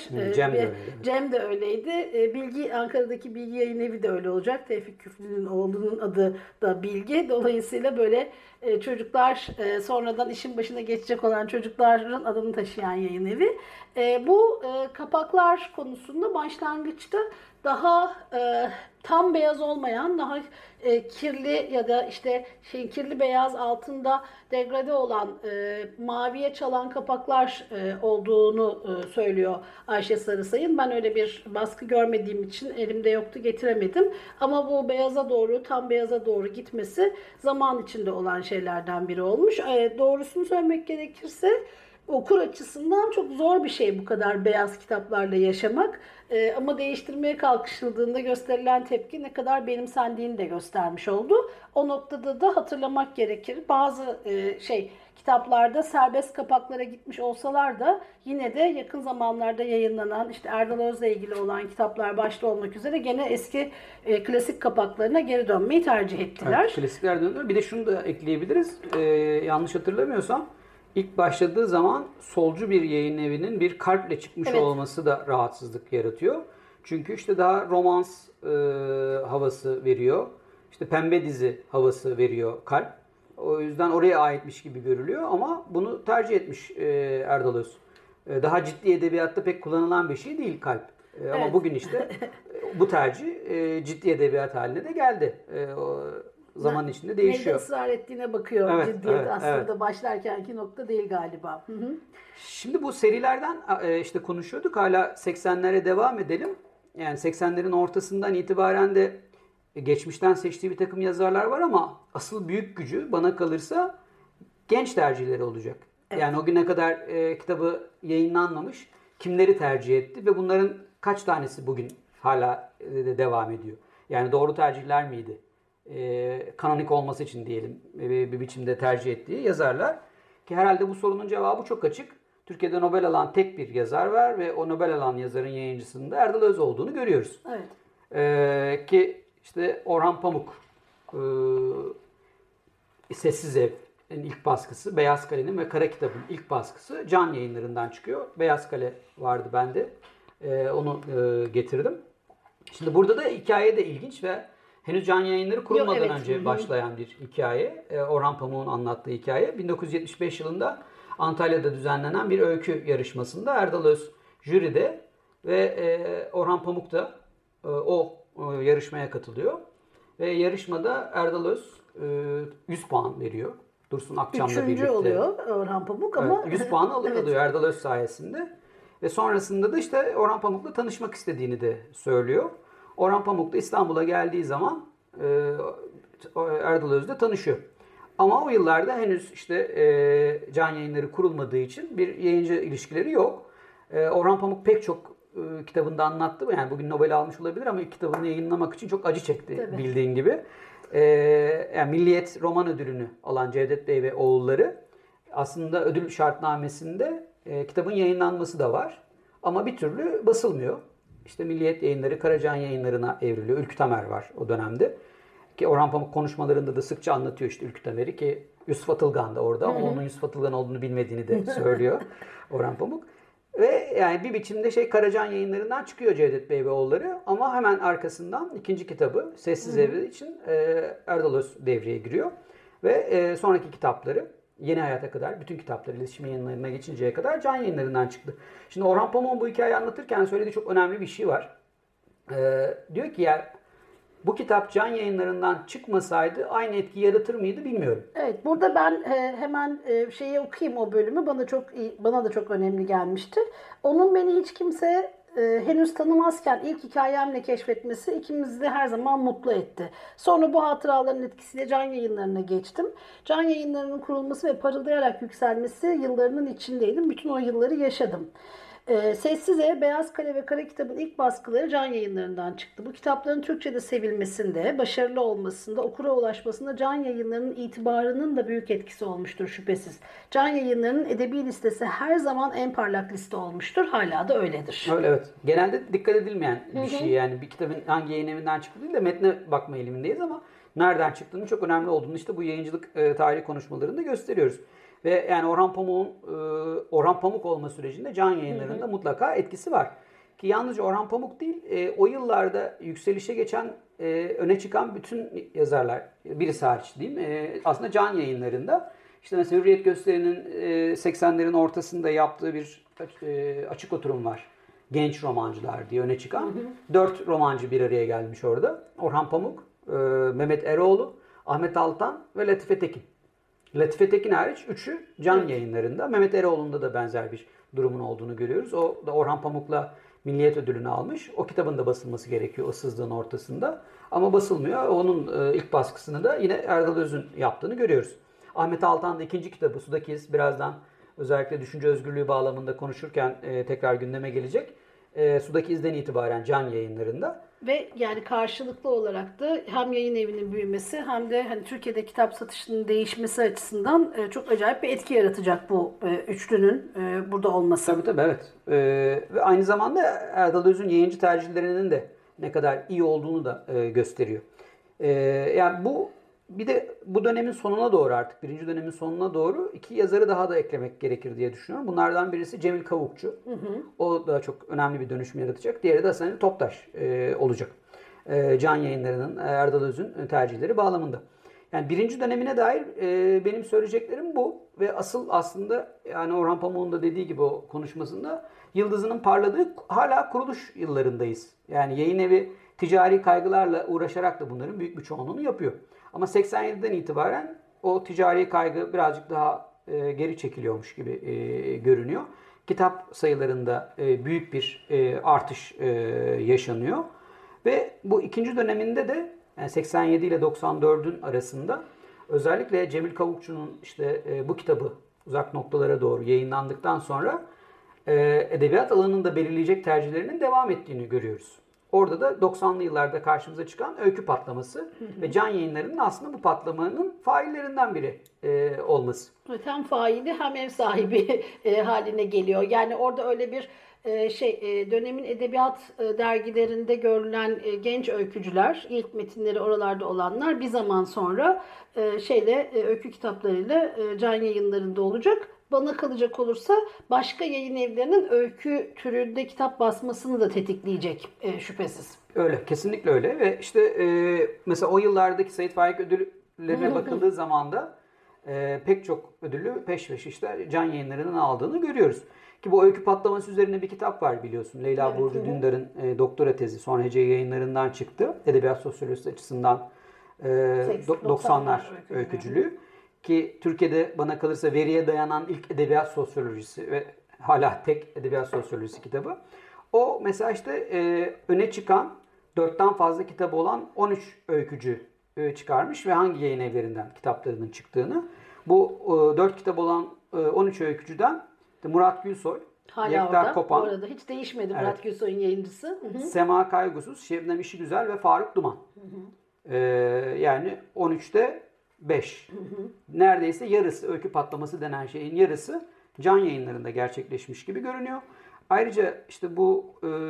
Speaker 3: Cem de öyleydi. Ankara'daki Bilgi Yayın Evi de öyle olacak. Tevfik Küflü'nün oğlunun adı da Bilgi. Dolayısıyla böyle çocuklar sonradan işin başına geçecek olan çocukların adını taşıyan yayın evi. Bu kapaklar konusunda başlangıçta daha tam beyaz olmayan, daha kirli ya da işte kirli beyaz altında degrade olan maviye çalan kapaklar olduğunu söylüyor Ayşe Sarısay'ın. Ben öyle bir baskı görmediğim için elimde yoktu, getiremedim. Ama bu beyaza doğru, tam beyaza doğru gitmesi zaman içinde olan şeylerden biri olmuş. Doğrusunu söylemek gerekirse okur açısından çok zor bir şey bu kadar beyaz kitaplarla yaşamak. Ama değiştirmeye kalkışıldığında gösterilen tepki ne kadar benimsendiğini de göstermiş oldu. O noktada da hatırlamak gerekir. Bazı kitaplarda serbest kapaklara gitmiş olsalar da yine de yakın zamanlarda yayınlanan işte Erdal Öz'le ilgili olan kitaplar başta olmak üzere gene eski klasik kapaklarına geri dönmeyi tercih ettiler.
Speaker 2: Evet, klasikler dönüyor. Bir de şunu da ekleyebiliriz. Yanlış hatırlamıyorsam İlk başladığı zaman solcu bir yayın evinin bir kalple çıkmış olması da rahatsızlık yaratıyor. Çünkü işte daha romans havası veriyor. İşte pembe dizi havası veriyor kalp. O yüzden oraya aitmiş gibi görülüyor ama bunu tercih etmiş Erdal Öz. Daha ciddi edebiyatta pek kullanılan bir şey değil kalp. Ama bugün işte bu tercih ciddi edebiyat haline de geldi. Zaman içinde değişiyor.
Speaker 3: Neyde ısrar ettiğine bakıyor ciddiyet aslında başlarkenki nokta değil galiba.
Speaker 2: Şimdi bu serilerden işte konuşuyorduk. Hala 80'lere devam edelim. Yani 80'lerin ortasından itibaren de geçmişten seçtiği bir takım yazarlar var ama asıl büyük gücü bana kalırsa genç tercihleri olacak. Evet. Yani o güne kadar kitabı yayınlanmamış kimleri tercih etti ve bunların kaç tanesi bugün hala devam ediyor? Yani doğru tercihler miydi? Kanonik olması için diyelim bir biçimde tercih ettiği yazarlar ki herhalde bu sorunun cevabı çok açık. Türkiye'de Nobel alan tek bir yazar var ve o Nobel alan yazarın yayıncısının da Erdal Öz olduğunu görüyoruz.
Speaker 3: Evet.
Speaker 2: Ki işte Orhan Pamuk, Sessiz Ev, ilk baskısı, Beyaz Kale'nin ve Kara Kitab'ın ilk baskısı Can Yayınları'ndan çıkıyor. Beyaz Kale vardı bende. Onu getirdim. Şimdi burada da hikaye de ilginç ve henüz Can Yayınları kurulmadan önce başlayan bir hikaye. Orhan Pamuk'un anlattığı hikaye. 1975 yılında Antalya'da düzenlenen bir öykü yarışmasında Erdal Öz jüride ve Orhan Pamuk da o yarışmaya katılıyor. Ve yarışmada Erdal Öz 100 puan veriyor. Dursun Akçam'la birlikte.
Speaker 3: 3. oluyor Orhan Pamuk ama...
Speaker 2: Evet, 100 puan alıyor Erdal Öz sayesinde. Ve sonrasında da işte Orhan Pamuk'la tanışmak istediğini de söylüyor. Orhan Pamuk da İstanbul'a geldiği zaman Erdal Öz'le tanışıyor. Ama o yıllarda henüz işte Can Yayınları kurulmadığı için bir yayıncı ilişkileri yok. Orhan Pamuk pek çok kitabında anlattı. Yani bugün Nobel almış olabilir ama ilk kitabını yayınlamak için çok acı çekti. Tabii. Bildiğin gibi. Yani Milliyet Roman Ödülünü alan Cevdet Bey ve oğulları aslında ödül şartnamesinde kitabın yayınlanması da var. Ama bir türlü basılmıyor. İşte Milliyet Yayınları Karacan Yayınları'na evriliyor. Ülkü Tamer var o dönemde. Ki Orhan Pamuk konuşmalarında da sıkça anlatıyor işte Ülkü Tamer'i ki Yusuf Atılgan da orada ama onun Yusuf Atılgan olduğunu bilmediğini de söylüyor Orhan Pamuk. Ve yani bir biçimde Karacan Yayınları'ndan çıkıyor Cevdet Bey ve oğulları ama hemen arkasından ikinci kitabı Sessiz Evre için Erdal Öz devreye giriyor. Ve sonraki kitapları Yeni Hayat'a kadar bütün kitapları iletişim yayınlarına geçinceye kadar Can Yayınları'ndan çıktı. Şimdi Orhan Pamuk'un bu hikayeyi anlatırken söylediği çok önemli bir şey var. Diyor ki ya bu kitap Can Yayınları'ndan çıkmasaydı aynı etki yaratır mıydı bilmiyorum.
Speaker 3: Evet, burada ben hemen şeyi okuyayım o bölümü. Bana da çok önemli gelmişti. Onun beni hiç kimse henüz tanımazken ilk hikayemle keşfetmesi ikimizi de her zaman mutlu etti. Sonra bu hatıraların etkisiyle Can Yayınları'na geçtim. Can Yayınları'nın kurulması ve parıldayarak yükselmesi yıllarının içindeydim. Bütün o yılları yaşadım. Sessiz Ev, Beyaz Kale ve Kara Kitab'ın ilk baskıları Can Yayınları'ndan çıktı. Bu kitapların Türkçe'de sevilmesinde, başarılı olmasında, okura ulaşmasında Can Yayınları'nın itibarının da büyük etkisi olmuştur şüphesiz. Can Yayınları'nın edebi listesi her zaman en parlak liste olmuştur. Hala da öyledir.
Speaker 2: Öyle, evet. Genelde dikkat edilmeyen bir şey yani bir kitabın hangi yayın evinden çıktı değil de metne bakma eğilimindeyiz ama nereden çıktığının çok önemli olduğunu işte bu yayıncılık tarihi konuşmalarında gösteriyoruz. Ve yani Orhan Pamuk olma sürecinde Can Yayınları'nda mutlaka etkisi var. Ki yalnızca Orhan Pamuk değil, o yıllarda yükselişe geçen, öne çıkan bütün yazarlar, birisi hariç diyeyim, aslında Can Yayınları'nda. İşte mesela Hürriyet Gösteri'nin 80'lerin ortasında yaptığı bir açık oturum var. Genç romancılar diye öne çıkan. 4 romancı bir araya gelmiş orada. Orhan Pamuk, Mehmet Eroğlu, Ahmet Altan ve Latife Tekin. Latife Tekin hariç 3'ü Can Yayınları'nda. Mehmet Eroğlu'nda da benzer bir durumun olduğunu görüyoruz. O da Orhan Pamuk'la Milliyet Ödülünü almış. O kitabın da basılması gerekiyor ıssızlığın ortasında. Ama basılmıyor. Onun ilk baskısını da yine Erdal Öz'ün yaptığını görüyoruz. Ahmet Altan da ikinci kitabı Sudaki İz birazdan özellikle düşünce özgürlüğü bağlamında konuşurken tekrar gündeme gelecek. Sudaki İz'den itibaren Can Yayınları'nda.
Speaker 3: Ve yani karşılıklı olarak da hem yayın evinin büyümesi hem de hani Türkiye'de kitap satışının değişmesi açısından çok acayip bir etki yaratacak bu üçlünün burada olması.
Speaker 2: Tabii evet. Ve aynı zamanda Erdal Öz'ün yayıncı tercihlerinin de ne kadar iyi olduğunu da gösteriyor. Yani bir de bu dönemin sonuna doğru artık birinci dönemin sonuna doğru 2 yazarı daha da eklemek gerekir diye düşünüyorum. Bunlardan birisi Cemil Kavukçu. O da çok önemli bir dönüşüm yaratacak. Diğeri de Hasan Ali Toptaş olacak. Can Yayınları'nın Erdal Öz'ün tercihleri bağlamında. Yani birinci dönemine dair benim söyleyeceklerim bu. Ve asıl aslında yani Orhan Pamuk'un da dediği gibi o konuşmasında yıldızının parladığı hala kuruluş yıllarındayız. Yani yayın evi ticari kaygılarla uğraşarak da bunların büyük bir çoğunluğunu yapıyor. Ama 87'den itibaren o ticari kaygı birazcık daha geri çekiliyormuş gibi görünüyor. Kitap sayılarında büyük bir artış yaşanıyor. Ve bu ikinci döneminde de yani 87 ile 94'ün arasında özellikle Cemil Kavukçu'nun işte bu kitabı Uzak Noktalara Doğru yayınlandıktan sonra edebiyat alanında belirleyecek tercihlerinin devam ettiğini görüyoruz. Orada da 90'lı yıllarda karşımıza çıkan Öykü patlaması ve Can Yayınları'nın aslında bu patlamanın faillerinden biri olması.
Speaker 3: Evet, hem faili hem ev sahibi haline geliyor. Yani orada öyle bir dönemin edebiyat dergilerinde görülen genç öykücüler, ilk metinleri oralarda olanlar bir zaman sonra öykü kitaplarıyla Can Yayınları'nda olacak. Bana kalacak olursa başka yayın evlerinin öykü türünde kitap basmasını da tetikleyecek şüphesiz.
Speaker 2: Öyle, kesinlikle öyle ve işte mesela o yıllardaki Sait Faik ödüllerine bakıldığı zaman da pek çok ödülü peş peşe işte Can Yayınları'nın aldığını görüyoruz. Ki bu öykü patlaması üzerine bir kitap var biliyorsun. Leyla
Speaker 3: Evet,
Speaker 2: Burcu Dündar'ın doktora tezi sonra Hece Yayınları'ndan çıktı. Edebiyat sosyolojisi açısından 90'lar öykücülüğü. Ki Türkiye'de bana kalırsa veriye dayanan ilk edebiyat sosyolojisi ve hala tek edebiyat sosyolojisi kitabı. O mesela işte öne çıkan 4'ten fazla kitabı olan 13 öykücü çıkarmış ve hangi yayın evlerinden kitaplarının çıktığını. Bu 4 kitap olan 13 öykücüden Murat Gülsoy,
Speaker 3: Hala
Speaker 2: Yekta
Speaker 3: orada.
Speaker 2: Kopan,
Speaker 3: Bu arada hiç değişmedi Murat Gülsoy'un yayıncısı.
Speaker 2: Sema Kaygusuz, Şebnem İşigüzel ve Faruk Duman. Yani 13'te 5. Neredeyse yarısı, öykü patlaması denen şeyin yarısı Can Yayınları'nda gerçekleşmiş gibi görünüyor. Ayrıca işte bu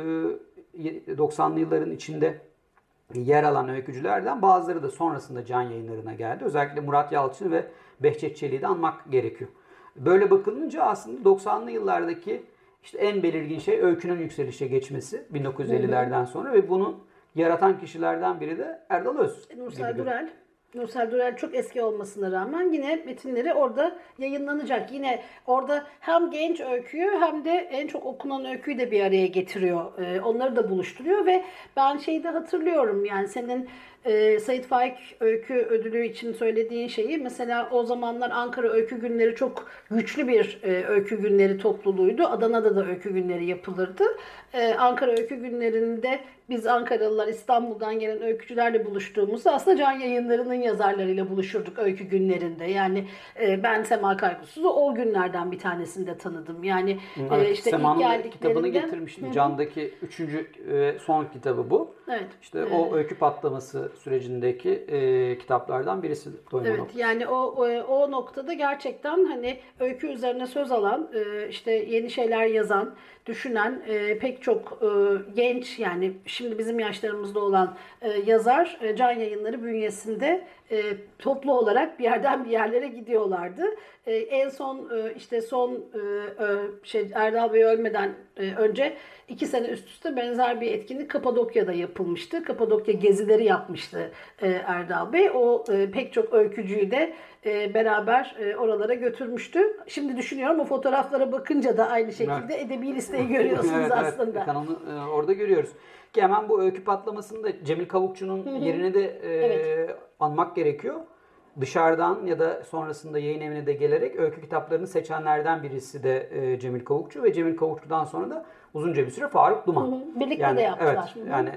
Speaker 2: 90'lı yılların içinde yer alan öykücülerden bazıları da sonrasında Can Yayınları'na geldi. Özellikle Murat Yalçın ve Behçet Çelik'i de anmak gerekiyor. Böyle bakılınca aslında 90'lı yıllardaki işte en belirgin şey öykünün yükselişe geçmesi 1950'lerden sonra ve bunu yaratan kişilerden biri de Erdal Öz.
Speaker 3: Nursel Durel. Nursel Durel çok eski olmasına rağmen yine metinleri orada yayınlanacak. Yine orada hem genç öyküyü hem de en çok okunan öyküyü de bir araya getiriyor. Onları da buluşturuyor ve ben şeyi de hatırlıyorum yani senin Sait Faik Öykü Ödülü için söylediğin şeyi mesela o zamanlar Ankara Öykü Günleri çok güçlü bir öykü günleri topluluğuydu. Adana'da da öykü günleri yapılırdı. Ankara Öykü Günlerinde biz Ankaralılar İstanbul'dan gelen öykücülerle buluştuğumuzda aslında Can Yayınları'nın yazarlarıyla buluşurduk öykü günlerinde. Yani ben Sema Kaygusuz'u o günlerden bir tanesinde tanıdım. Yani işte
Speaker 2: Sema'nın
Speaker 3: ilk geldiklerinde
Speaker 2: kitabını getirmiştim. Can'daki 3. son kitabı bu.
Speaker 3: Evet.
Speaker 2: İşte o öykü patlaması sürecindeki kitaplardan birisi.
Speaker 3: Evet, yani o noktada gerçekten hani öykü üzerine söz alan, işte yeni şeyler yazan, düşünen pek çok genç yani şimdi bizim yaşlarımızda olan yazar Can Yayınları bünyesinde toplu olarak bir yerden bir yerlere gidiyorlardı. En son işte Erdal Bey ölmeden önce 2 sene üst üste benzer bir etkinlik Kapadokya'da yapılmıştı. Kapadokya gezileri yapmıştı Erdal Bey. O pek çok öykücüyü de beraber oralara götürmüştü. Şimdi düşünüyorum o fotoğraflara bakınca da aynı şekilde edebi listeyi görüyorsunuz aslında.
Speaker 2: Evet, kanalı orada görüyoruz. Ki hemen bu öykü patlamasında Cemil Kavukçu'nun yerini de anmak gerekiyor. Dışarıdan ya da sonrasında yayın evine de gelerek öykü kitaplarını seçenlerden birisi de Cemil Kavukçu ve Cemil Kavukçu'dan sonra da uzunca bir süre Faruk Duman.
Speaker 3: Birlikte de yaptılar.
Speaker 2: Evet, yani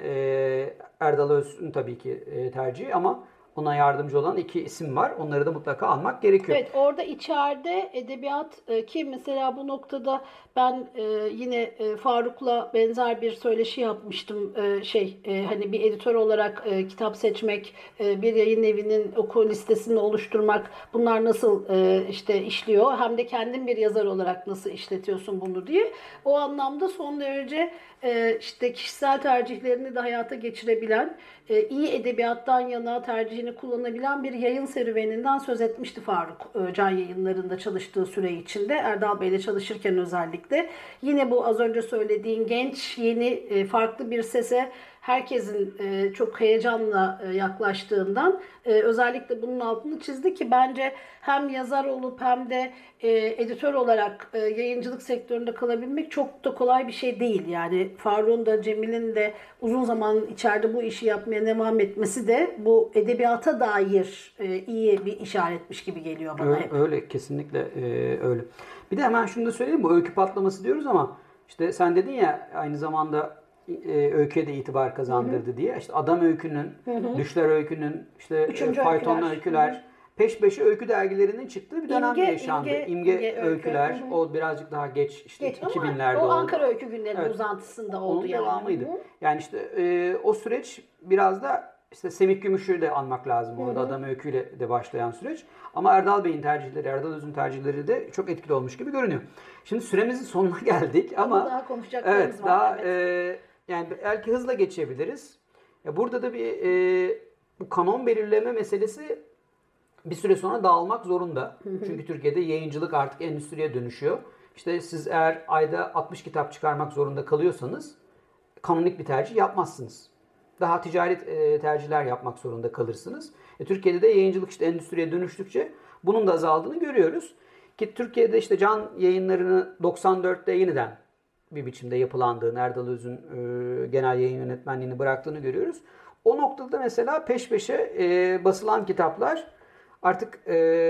Speaker 2: Erdal Öz'ün tabii ki tercihi ama ona yardımcı olan 2 isim var. Onları da mutlaka almak gerekiyor.
Speaker 3: Evet, orada içeride edebiyat ki mesela bu noktada ben yine Faruk'la benzer bir söyleşi yapmıştım. Hani bir editör olarak kitap seçmek, bir yayın evinin oku listesini oluşturmak, bunlar nasıl işte işliyor, hem de kendin bir yazar olarak nasıl işletiyorsun bunu diye. O anlamda son derece işte kişisel tercihlerini de hayata geçirebilen, iyi edebiyattan yana tercihini kullanabilen bir yayın serüveninden söz etmişti Faruk Can Yayınları'nda çalıştığı süre içinde. Erdal Bey'le çalışırken özellikle. Yine bu az önce söylediğin genç, yeni, farklı bir sese herkesin çok heyecanla yaklaştığından özellikle bunun altını çizdi ki bence hem yazar olup hem de editör olarak yayıncılık sektöründe kalabilmek çok da kolay bir şey değil. Yani Faruk'un da Cemil'in de uzun zaman içeride bu işi yapmaya devam etmesi de bu edebiyata dair iyi bir işaretmiş gibi geliyor bana hep.
Speaker 2: Öyle, kesinlikle öyle. Bir de hemen şunu da söyleyeyim, bu öykü patlaması diyoruz ama işte sen dedin ya aynı zamanda öyküye de itibar kazandırdı diye. İşte Adam Öykü'nün, Düşler Öykü'nün, işte Faytonlu Öyküler, peş peşe öykü dergilerinin çıktığı bir dönem yaşandı. İmge öyküler,
Speaker 3: Hı-hı.
Speaker 2: o birazcık daha geç, işte
Speaker 3: Geç
Speaker 2: 2000'lerde
Speaker 3: o
Speaker 2: oldu.
Speaker 3: Ankara Öykü Günleri'nin
Speaker 2: Evet.
Speaker 3: uzantısında oldu
Speaker 2: Onun
Speaker 3: yani.
Speaker 2: devamıydı.
Speaker 3: Hı-hı.
Speaker 2: Yani işte o süreç biraz da işte Semih Gümüş'ü de anmak lazım. Orada Adam Öykü'yle de başlayan süreç. Ama Erdal Bey'in tercihleri, Erdal Öz'ün tercihleri de çok etkili olmuş gibi görünüyor. Şimdi süremizin sonuna geldik ama
Speaker 3: daha konuşacaklarımız
Speaker 2: evet,
Speaker 3: var.
Speaker 2: daha yani belki hızla geçebiliriz. Burada da bir bu kanon belirleme meselesi bir süre sonra dağılmak zorunda. Çünkü Türkiye'de yayıncılık artık endüstriye dönüşüyor. İşte siz eğer ayda 60 kitap çıkarmak zorunda kalıyorsanız kanonik bir tercih yapmazsınız. Daha ticari tercihler yapmak zorunda kalırsınız. Türkiye'de de yayıncılık işte endüstriye dönüştükçe bunun da azaldığını görüyoruz. Ki Türkiye'de işte Can Yayınları'nı 94'te yeniden bir biçimde yapılandığını, Erdal Öz'ün genel yayın yönetmenliğini bıraktığını görüyoruz. O noktada mesela peş peşe basılan kitaplar artık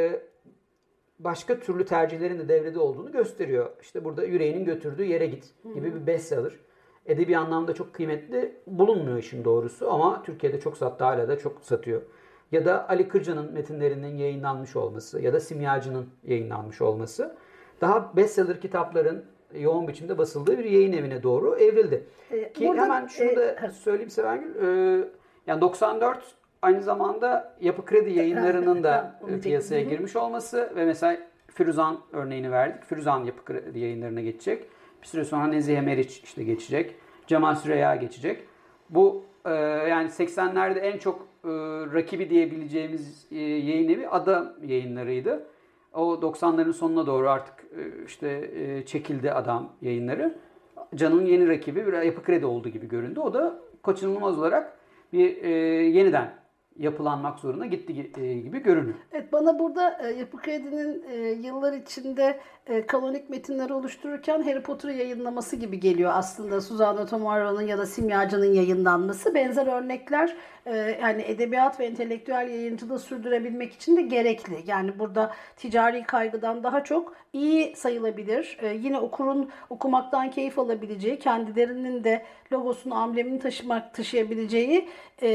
Speaker 2: başka türlü tercihlerin de devrede olduğunu gösteriyor. İşte burada Yüreğinin Götürdüğü Yere Git gibi bir bestseller. Edebi anlamda çok kıymetli bulunmuyor işin doğrusu ama Türkiye'de çok sattı, hala da çok satıyor. Ya da Ali Kırca'nın metinlerinin yayınlanmış olması ya da Simyacı'nın yayınlanmış olması daha bestseller kitapların yoğun biçimde basıldığı bir yayın evine doğru evrildi. Ki burada, hemen şunu da söyleyeyim Sevengül. Yani 94 aynı zamanda Yapı Kredi Yayınları'nın da piyasaya girmiş olması ve mesela Firuzan örneğini verdik. Firuzan Yapı Kredi Yayınları'na geçecek. Bir süre sonra Nezihe Meriç işte geçecek. Cemal Süreyya geçecek. Bu yani 80'lerde en çok rakibi diyebileceğimiz yayın evi Ada Yayınları'ydı. O 90'ların sonuna doğru artık işte çekildi Adam Yayınları. Can'ın yeni rakibi bir Yapı Kredi olduğu gibi göründü. O da kaçınılmaz olarak bir yeniden yapılanmak zorunda gitti gibi görünüyor.
Speaker 3: Evet, bana burada Yapı Kredi'nin yıllar içinde kanonik metinleri oluştururken Harry Potter'ı yayınlaması gibi geliyor aslında. Susanna Tomaro'nun ya da Simyacı'nın yayınlanması. Benzer örnekler yani edebiyat ve entelektüel yayıncılığı sürdürebilmek için de gerekli. Yani burada ticari kaygıdan daha çok iyi sayılabilir. Yine okurun okumaktan keyif alabileceği, kendilerinin de logosunu, amblemini taşıyabileceği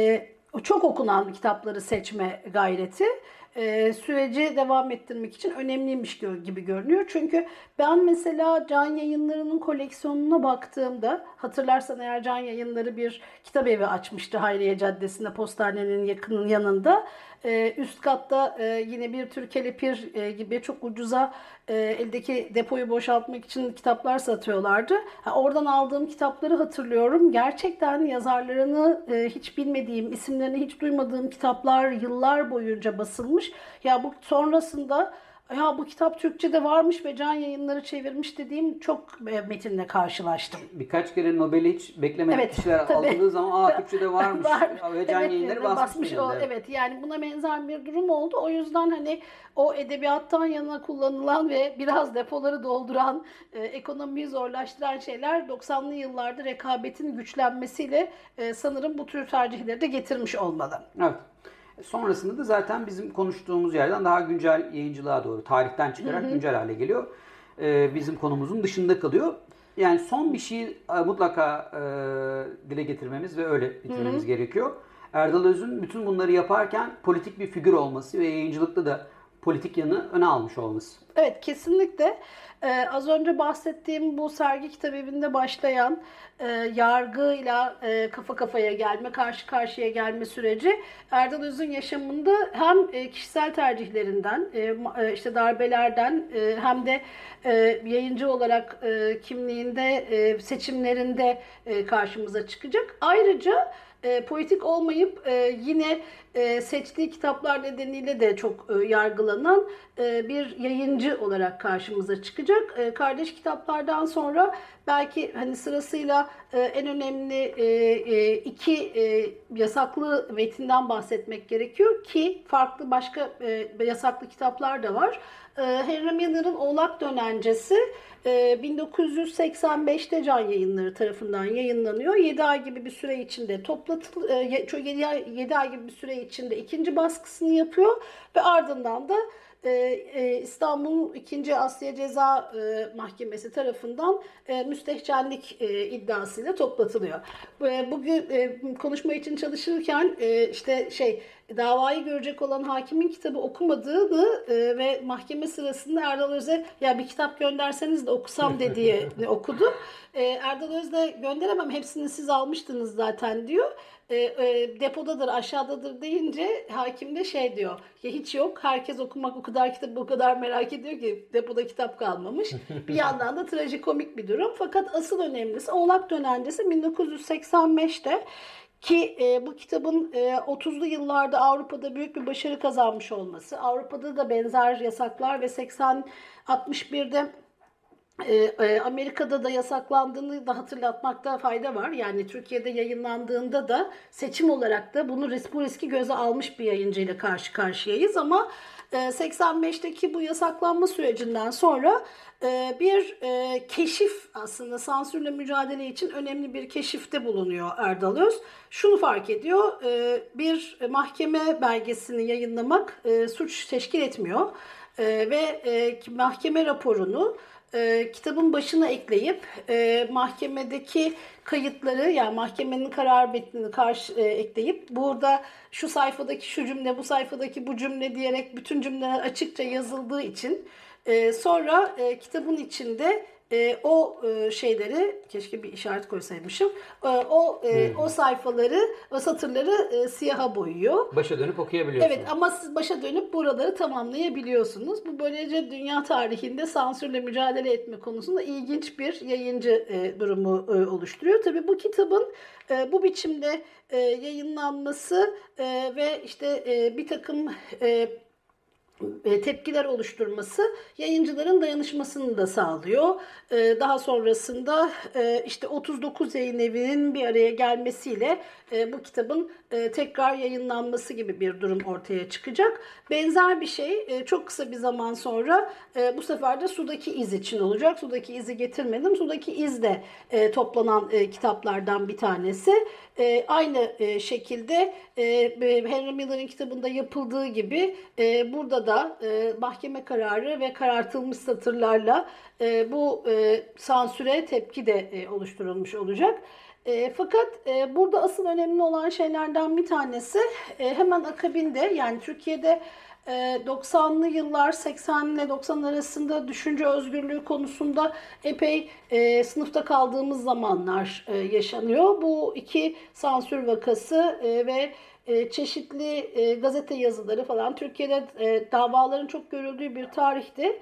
Speaker 3: çok okunan kitapları seçme gayreti süreci devam ettirmek için önemliymiş gibi görünüyor. Çünkü ben mesela Can Yayınları'nın koleksiyonuna baktığımda, hatırlarsan eğer, Can Yayınları bir kitap evi açmıştı Hayriye Caddesi'nde, postanenin yanında. Üst katta yine bir Türkeli Pir gibi çok ucuza eldeki depoyu boşaltmak için kitaplar satıyorlardı. Oradan aldığım kitapları hatırlıyorum. Gerçekten yazarlarını hiç bilmediğim, isimlerini hiç duymadığım kitaplar yıllar boyunca basılmış. Ya bu sonrasında ya bu kitap Türkçe'de varmış ve Can Yayınları çevirmiş dediğim çok metinle karşılaştım.
Speaker 2: Birkaç kere Nobel'i hiç beklemedik kişiler aldığı zaman Türkçe'de varmış ve Can Yayınları basmış.
Speaker 3: Evet, yani buna benzer bir durum oldu. O yüzden hani o edebiyattan yana kullanılan ve biraz depoları dolduran, ekonomiyi zorlaştıran şeyler 90'lı yıllarda rekabetin güçlenmesiyle sanırım bu tür tercihleri de getirmiş olmalı.
Speaker 2: Evet. Sonrasında da zaten bizim konuştuğumuz yerden daha güncel yayıncılığa doğru, tarihten çıkarak güncel hale geliyor. Bizim konumuzun dışında kalıyor. Yani son bir şey mutlaka dile getirmemiz ve öyle bitirmemiz gerekiyor. Erdal Öz'ün bütün bunları yaparken politik bir figür olması ve yayıncılıkta da politik yanı öne almış olması.
Speaker 3: Evet, kesinlikle. Az önce bahsettiğim bu sergi kitabevinde başlayan yargıyla kafa kafaya gelme, karşı karşıya gelme süreci Erdal Öz'ün yaşamında hem kişisel tercihlerinden, işte darbelerden hem de yayıncı olarak kimliğinde, seçimlerinde karşımıza çıkacak. Ayrıca politik olmayıp yine seçtiği kitaplar nedeniyle de çok yargılanan bir yayıncı olarak karşımıza çıkacak. Kardeş kitaplardan sonra belki hani sırasıyla en önemli iki yasaklı metinden bahsetmek gerekiyor ki farklı başka yasaklı kitaplar da var. Henry Miller'ın Oğlak Dönencesi 1985'te Can Yayınları tarafından yayınlanıyor. 7 ay gibi bir süre içinde 7 ay gibi bir süre içinde ikinci baskısını yapıyor ve ardından da İstanbul 2. Asya Ceza Mahkemesi tarafından müstehcenlik iddiasıyla toplatılıyor. Bugün konuşma için çalışırken işte davayı görecek olan hakimin kitabı okumadığını ve mahkeme sırasında Erdal Öz'e ya bir kitap gönderseniz de okusam dediğini okudu. Erdal Öz de gönderemem, hepsini siz almıştınız zaten diyor. Depodadır, aşağıdadır deyince hakim de şey diyor. Ya hiç yok. Herkes okumak, o kadar kitabı o kadar merak ediyor ki depoda kitap kalmamış. Bir yandan da trajikomik bir durum. Fakat asıl önemlisi Oğlak Dönencesi 1985'te ki bu kitabın 30'lu yıllarda Avrupa'da büyük bir başarı kazanmış olması, Avrupa'da da benzer yasaklar ve 61'de Amerika'da da yasaklandığını da hatırlatmakta fayda var. Yani Türkiye'de yayınlandığında da seçim olarak da bu riski göze almış bir yayıncıyla karşı karşıyayız. Ama 85'teki bu yasaklanma sürecinden sonra bir keşif, aslında sansürle mücadele için önemli bir keşifte bulunuyor Erdal Öz. Şunu fark ediyor, bir mahkeme belgesini yayınlamak suç teşkil etmiyor ve mahkeme raporunu kitabın başına ekleyip mahkemedeki kayıtları, yani mahkemenin karar metnini ekleyip burada şu sayfadaki şu cümle, bu sayfadaki bu cümle diyerek bütün cümleler açıkça yazıldığı için sonra kitabın içinde o şeyleri, keşke bir işaret koysaymışım, o sayfaları, o satırları siyaha boyuyor.
Speaker 2: Başa dönüp okuyabiliyorsunuz.
Speaker 3: Evet, ama siz başa dönüp buraları tamamlayabiliyorsunuz. Bu böylece dünya tarihinde sansürle mücadele etme konusunda ilginç bir yayıncı durumu oluşturuyor. Tabii bu kitabın bu biçimde yayınlanması ve işte bir takım tepkiler oluşturması yayıncıların dayanışmasını da sağlıyor. Daha sonrasında işte 39 yayın evinin bir araya gelmesiyle bu kitabın tekrar yayınlanması gibi bir durum ortaya çıkacak. Benzer bir şey çok kısa bir zaman sonra bu sefer de Sudaki İz için olacak. Sudaki İz'i getirmedim. Sudaki İz de toplanan kitaplardan bir tanesi. Aynı şekilde Henry Miller'in kitabında yapıldığı gibi burada da mahkeme kararı ve karartılmış satırlarla bu sansüre tepki de oluşturulmuş olacak. Fakat burada asıl önemli olan şeylerden bir tanesi hemen akabinde, yani Türkiye'de 90'lı yıllar 80 ile 90 arasında düşünce özgürlüğü konusunda epey sınıfta kaldığımız zamanlar yaşanıyor. Bu iki sansür vakası ve çeşitli gazete yazıları falan Türkiye'de davaların çok görüldüğü bir tarihti.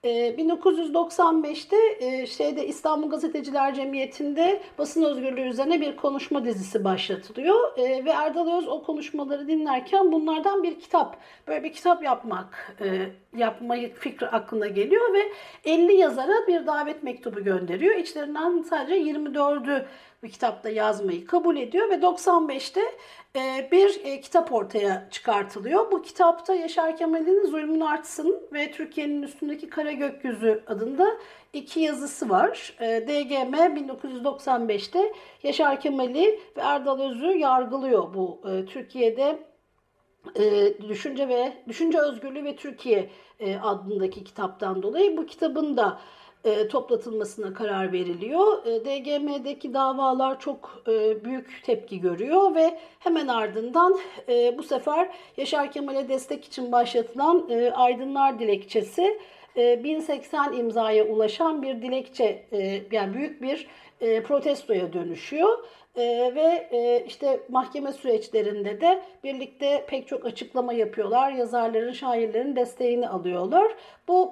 Speaker 3: 1995'te İstanbul Gazeteciler Cemiyeti'nde basın özgürlüğü üzerine bir konuşma dizisi başlatılıyor. Ve Erdal Öz o konuşmaları dinlerken bunlardan böyle bir kitap yapmayı fikri aklına geliyor ve 50 yazara bir davet mektubu gönderiyor. İçlerinden sadece 24'ü bu kitapta yazmayı kabul ediyor ve 95'te bir kitap ortaya çıkartılıyor. Bu kitapta Yaşar Kemal'in Zulmün Artsın ve Türkiye'nin Üstündeki Kara Gökyüzü adında iki yazısı var. DGM 1995'te Yaşar Kemal'i ve Erdal Öz'ü yargılıyor bu Türkiye'de Düşünce Özgürlüğü ve Türkiye adındaki kitaptan dolayı. Bu kitabın da toplatılmasına karar veriliyor. DGM'deki davalar çok büyük tepki görüyor ve hemen ardından bu sefer Yaşar Kemal'e destek için başlatılan Aydınlar Dilekçesi 1080 imzaya ulaşan bir dilekçe, yani büyük bir protestoya dönüşüyor. Ve işte mahkeme süreçlerinde de birlikte pek çok açıklama yapıyorlar. Yazarların, şairlerin desteğini alıyorlar. Bu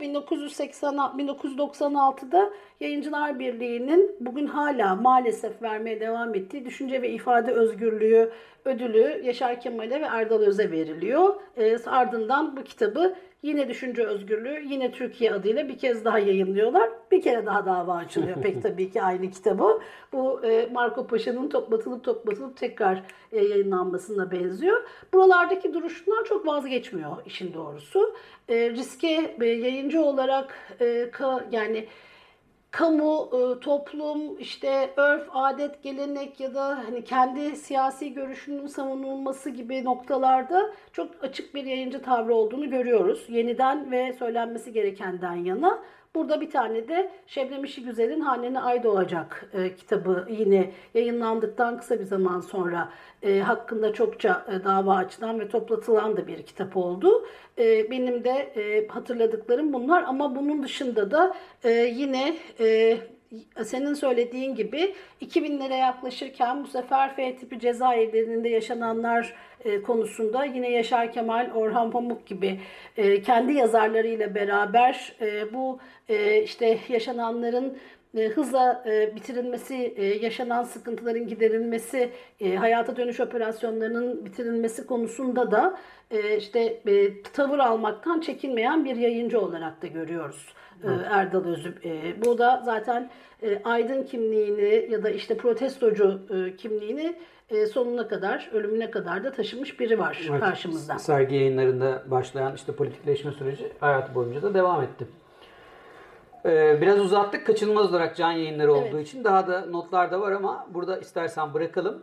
Speaker 3: 1996'da Yayıncılar Birliği'nin bugün hala maalesef vermeye devam ettiği Düşünce ve İfade Özgürlüğü ödülü Yaşar Kemal'e ve Erdal Öz'e veriliyor. Ardından bu kitabı yine Düşünce Özgürlüğü, yine Türkiye adıyla bir kez daha yayınlıyorlar. Bir kere daha dava açılıyor pek tabii ki aynı kitabı. Bu Marco Paşa'nın toplatılıp tekrar yayınlanmasına benziyor. Buralardaki duruşlar çok vazgeçmiyor işin doğrusu. Riske yayıncı olarak yani kamu, toplum, işte örf, adet, gelenek ya da hani kendi siyasi görüşünün savunulması gibi noktalarda çok açık bir yayıncı tavrı olduğunu görüyoruz. Yeniden ve söylenmesi gerekenden yana. Burada bir tane de Şebnem İşigüzel'in Hanene Ay Doğacak kitabı yine yayınlandıktan kısa bir zaman sonra hakkında çokça dava açılan ve toplatılan da bir kitap oldu. Benim de hatırladıklarım bunlar ama bunun dışında da yine senin söylediğin gibi 2000'lere yaklaşırken bu sefer F tipi cezaevlerinde yaşananlar konusunda yine Yaşar Kemal, Orhan Pamuk gibi kendi yazarlarıyla beraber bu işte yaşananların hızla bitirilmesi, yaşanan sıkıntıların giderilmesi, hayata dönüş operasyonlarının bitirilmesi konusunda da işte tavır almaktan çekinmeyen bir yayıncı olarak da görüyoruz. Erdal Özü. Bu da zaten aydın kimliğini ya da işte protestocu kimliğini sonuna kadar, ölümüne kadar da taşımış biri var karşımızda.
Speaker 2: Sergi yayınlarında başlayan işte politikleşme süreci hayatı boyunca da devam etti. Biraz uzattık. Kaçınılmaz olarak can yayınları olduğu için daha da notlar da var ama burada istersen bırakalım.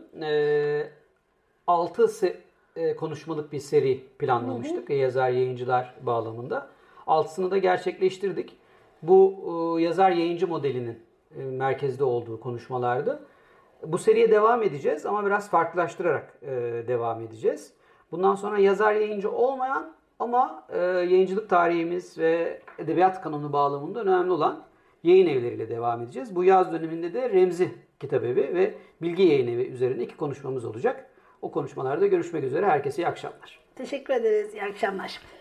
Speaker 2: 6 konuşmalık bir seri planlamıştık yazar yayıncılar bağlamında. 6'sını da gerçekleştirdik. Bu yazar yayıncı modelinin merkezde olduğu konuşmalardı. Bu seriye devam edeceğiz ama biraz farklılaştırarak devam edeceğiz. Bundan sonra yazar yayıncı olmayan ama yayıncılık tarihimiz ve edebiyat kanunu bağlamında önemli olan yayın evleriyle devam edeceğiz. Bu yaz döneminde de Remzi Kitabevi ve Bilgi Yayınevi üzerine 2 konuşmamız olacak. O konuşmalarda görüşmek üzere. Herkese iyi akşamlar.
Speaker 3: Teşekkür ederiz. İyi akşamlar.